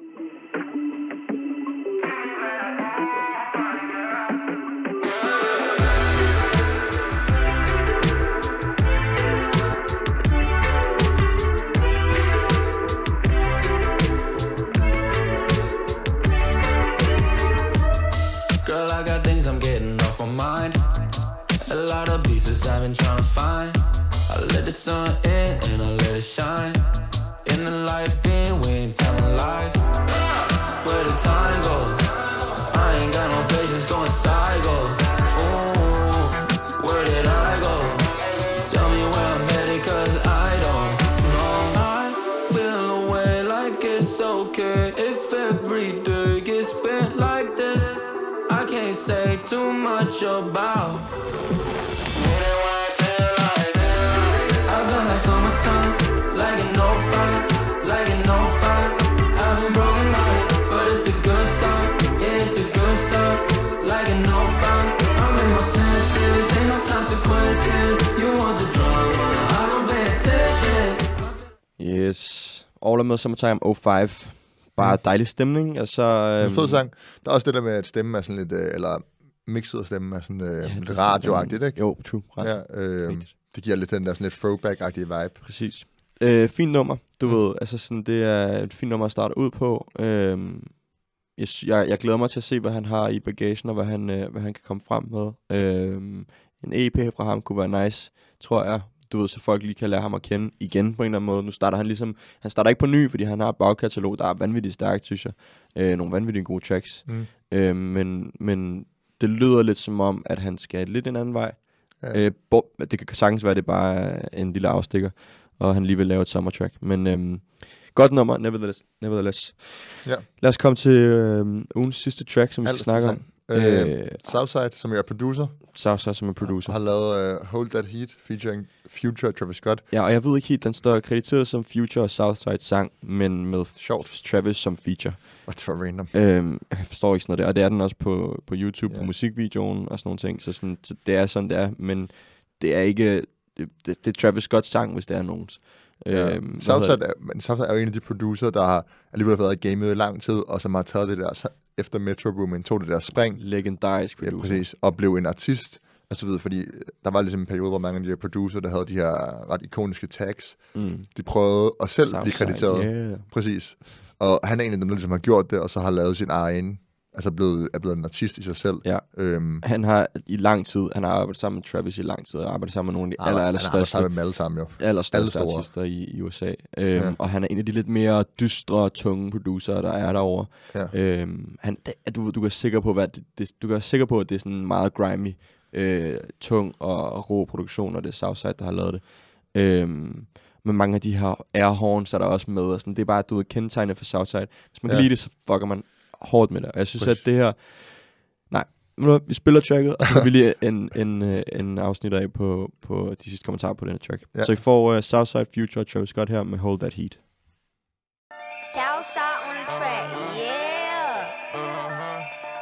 A lot of pieces I've been trying to find. I let the sun in and I let it shine. In the light beam, we ain't telling lies. Where the time goes, I ain't got no patience going psycho. Ooh, where did I go? Tell me where I'm headed, cause I don't know. I feel away like it's okay if every day gets spent like this. I can't say too much about. Yes. All med Summertime oh five. Bare dejlig stemning. Altså, øhm, en fed sang. Der er også det der med, at stemmen er sådan lidt, øh, eller mixet af stemmen er sådan øh, ja, lidt radioagtigt, ikke? Jo, true. Ja, øh, det giver lidt den der sådan lidt throwback-agtige vibe. Præcis. Øh, fint nummer, du mm. ved. Altså sådan, det er et fint nummer at starte ud på. Øh, jeg, jeg, jeg glæder mig til at se, hvad han har i bagagen, og hvad han, øh, hvad han kan komme frem med. Øh, en E P fra ham kunne være nice, tror jeg. Du ved, så folk lige kan lære ham at kende igen på en eller anden måde. Nu starter han ligesom, han starter ikke på ny, fordi han har et bagkatalog, der er vanvittigt stærkt, synes jeg. Øh, nogle vanvittigt gode tracks. Mm. Øh, men, men det lyder lidt som om, at han skal lidt en anden vej. Ja. Øh, bo, det kan sagtens være, at det bare er en lille afstikker, og han lige vil lave et sommertrack. Men øhm, godt nummer, nevertheless. nevertheless. Ja. Lad os komme til øhm, ugens sidste track, som vi skal snakke om. Øh, øh, Southside, som er producer. Southside, som er producer. Har lavet uh, Hold That Heat, featuring Future og Travis Scott. Ja, og jeg ved ikke helt, den står krediteret som Future og Southside sang, men med Sjovt. Travis som feature. What's for random? Øhm, jeg forstår ikke sådan noget der, og det er den også på, på YouTube, yeah. på musikvideoen og sådan nogle ting, så, sådan, så det er sådan, det er, men det er ikke, det, det, det er Travis Scott sang, hvis det er nogens. Ja. Øhm, Southside, er, men Southside er jo en af de producer, der har alligevel været i gamet i lang tid, og som har taget det der, efter Metro Boomin, tog det der spring. Legendarisk producer. Ja, præcis. Og blev en artist. Altså, ved, fordi der var ligesom en periode, hvor mange af de her producer, der havde de her ret ikoniske tags, mm. de prøvede at selv Southside, blive krediteret. Yeah. Præcis. Og han er en af dem, der ligesom har gjort det, og så har lavet sin egen, altså blevet, er blevet en artist i sig selv. Ja. Øhm. Han har i lang tid, han har arbejdet sammen med Travis i lang tid, og arbejdet sammen med nogle af de aller, aller største, sammen med alle sammen, jo. allerstørste alle artister i, i U S A. Øhm, ja. Og han er en af de lidt mere dystre, tunge producer, der er derovre. Ja. Øhm, han, det, du, du kan sikker på, hvad det, det, du kan sikker på, at det er sådan meget grimy, øh, tung og rå produktion, og det er Southside, der har lavet det. Øhm, men mange af de her airhorns er der også med, og sådan, det er bare, du er kendetegnet for Southside. Hvis man kan ja. lide det, så fucker man hårdt med det. Og jeg synes, Push. at det her... Nej, nu, vi spiller tracket, og så vil vi lige en, en, en, en afsnit af på, på de sidste kommentarer på denne track. Ja. Så I får uh, Southside, Future og Travis Scott her med Hold That Heat. Southside on the track, yeah. Uh-huh.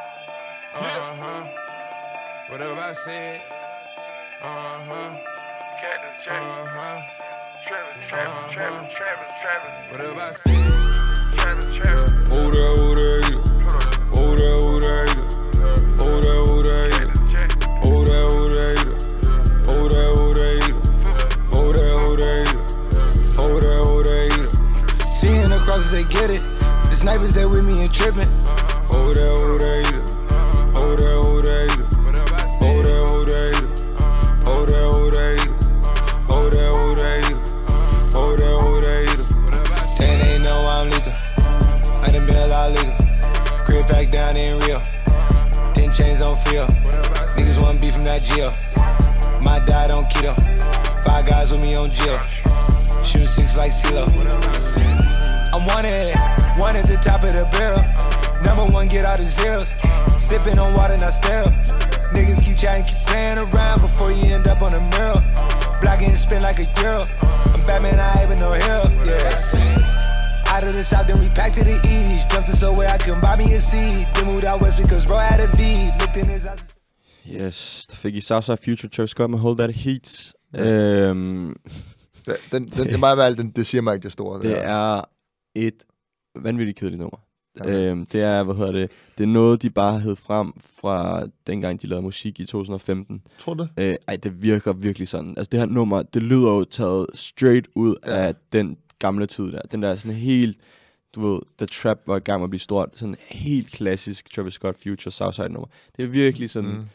Uh-huh. Whatever I said. Uh-huh. Cactus, uh-huh. Travis, Travis, Travis, Travis, Travis. Whatever I said. Travis, Travis. Oh, that, oh, that, oh, that, oh, that, oh, that, oh, that, oh, that, oh, that, oh, that, oh, that, oh, that, oh, that, oh, that, oh, that. Seeing the crosses, they get it. The snipers that with me and tripping. Oh, that, oh, that, oh, that, oh, that, oh, that, oh, that, oh, that, oh, that, oh, that, oh, that, oh, that, oh, that. Saying they know I'm lethal. I done been a lot legal. Crib back down in Rio. Ten chains on feel. Niggas want beef from that jail. My dad on keto. Five guys with me on jail. Shooting six like CeeLo. I'm wanted. One at the top of the barrel. Number one, get all the zeros. Sipping on water, not sterile. Niggas keep chatting, keep playing around before you end up on a mirror. Blocking and spin like a girl. I'm Batman, I ain't even no hero. Yeah. Out of the south, then we pack to the east. Jumped to somewhere I couldn't buy me a seat. Then moved out west because bro had a V. Looked in his eyes. Yes, der fik I Southside Future, Travis Scott med Hold That Heat. Ja. Øhm, Den, den, den, det er meget valgt, den, det siger mig ikke det store. det der. er et vanvittigt kedeligt nummer. Ja. Øhm, det er, hvad hedder det, det er noget, de bare havde frem fra dengang, de lavede musik i to tusind og femten. Tror du det? Øh, ej, det virker virkelig sådan. Altså, det her nummer, det lyder jo taget straight ud Ja. af den gamle tid der. Den der sådan helt, du ved, The Trap var i gang med at blive stort. Sådan helt klassisk Travis Scott Future Southside nummer. Det er virkelig sådan Mm.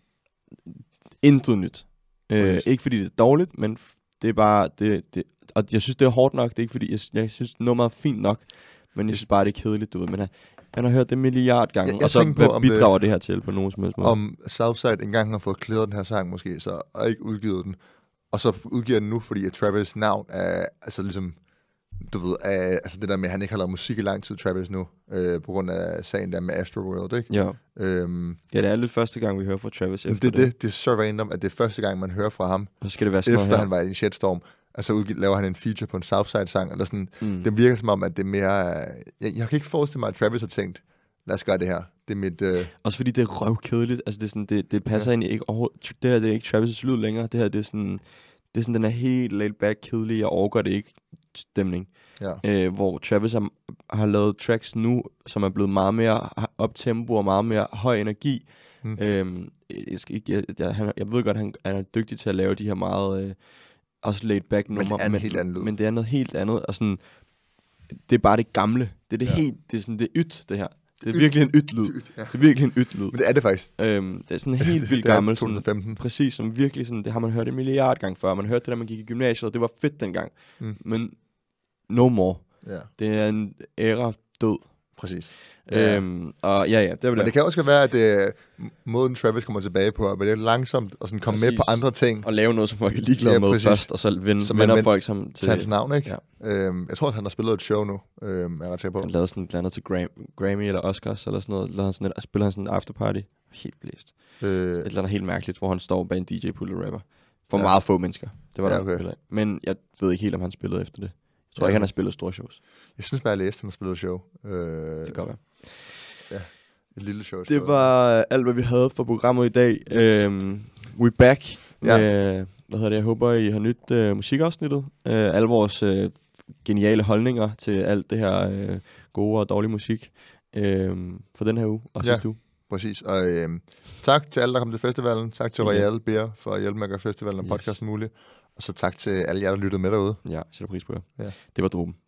intet nyt. Øh, Præcis. ikke fordi det er dårligt, men f- det er bare, det, det, og jeg synes, det er hårdt nok. Det er ikke fordi, jeg, jeg synes, nummeret er fint nok, men jeg synes bare, det er kedeligt, du ved. Men han, han har hørt det milliard gange, Jeg- jeg og så tænker på, hvad om bidrager det- det her til på nogen som helst måde. Om Southside engang har fået klædet den her sang måske, så, og ikke udgivet den, og så udgiver den nu, fordi at Travis' navn er, altså ligesom, du ved, er, altså det der med, at han ikke har lavet musik i lang tid, Travis nu, øh, på grund af sagen der med Astroworld, ikke? Ja. Øhm, ja, det er lidt første gang, vi hører fra Travis efter det, det, det, det er så random, at det er første gang, man hører fra ham, Og så skal det være sådan noget efter her. han var i en shitstorm. Altså udgiver, laver han en feature på en Southside-sang, eller sådan. Mm. Det virker som om, at det er mere... Jeg, jeg kan ikke forestille mig, at Travis har tænkt, lad os gøre det her. Det er mit... Øh, Også fordi det er røvkedeligt. Altså, det, er sådan, det, det passer ja. egentlig ikke overhovedet. Det her det er ikke Travis' lyd længere. Det her det er sådan... Det er sådan, den er helt laid back, kedelig. Jeg overgår det ikke stemning. ja. Øh, hvor Travis har, har lavet tracks nu, som er blevet meget mere optempo og meget mere høj energi. Mm. Øhm, jeg, skal ikke, jeg, jeg, han, jeg ved godt, at han, han er dygtig til at lave de her meget... Øh, også laid back Men numre. det er en helt anden lyd. Men det er noget helt andet. Og sådan, det er bare det gamle. Det er det Ja. helt... Det er sådan, det er ydt, det her. Det er yt. virkelig en ydt-lyd. Det- ja. Det er virkelig en ydt-lyd. Men det er det faktisk. Øhm, det er sådan helt vildt Det er gammel. to tusind og Sådan, femten. præcis, som virkelig sådan, det har man hørt en milliard gange før. Man hørte det, da man gik i gymnasiet, og det var fedt dengang. Mm. Men no more. Ja, Det er en æra død. præcis. Ja. Øhm, og ja, ja, det vil Men jeg. det kan også godt være, at det, måden Travis kommer tilbage på, at det er langsomt og sådan komme med Præcis. på andre ting. Og lave noget, som folk er ligeglade Ja, med præcis. først, og så vende, Så man vender vend- folk som til... Til hans navn, ikke? Ja. Øhm, jeg tror, at han har spillet et show nu, øhm, jeg er ret sikker på. Han lavede sådan et eller andet til Gram- Grammy eller Oscars eller sådan noget. Lavede han sådan et, spiller han sådan en afterparty. Helt blæst. Øh, Et eller andet helt mærkeligt, hvor han står bag en D J-pool og rapper. For Ja. meget få mennesker. Det var Ja, der, okay. han spillede af. Men jeg ved ikke helt, om han spillede efter det. Jeg tror Ja. ikke, han har spillet store shows. jeg synes bare, jeg læste, at han har spillet et show. Øh, Det kan godt være. et lille show. Det var alt, hvad vi havde for programmet i dag. Yes. Øhm, we back. Ja. Med, hvad hedder det? Jeg håber, I har nyt uh, musikafsnittet. Uh, alle vores uh, geniale holdninger til alt det her uh, gode og dårlige musik uh, for den her uge og Ja. sidste uge. Præcis. Og øhm, tak til alle, der kom til festivalen. Tak til Ja. Royal Beer for at hjælpe med at gøre festivalen og Yes. podcasten mulig. Og så tak til alle jer, der lyttede med derude. Ja, sætter pris på jer. Ja. Det var dråben.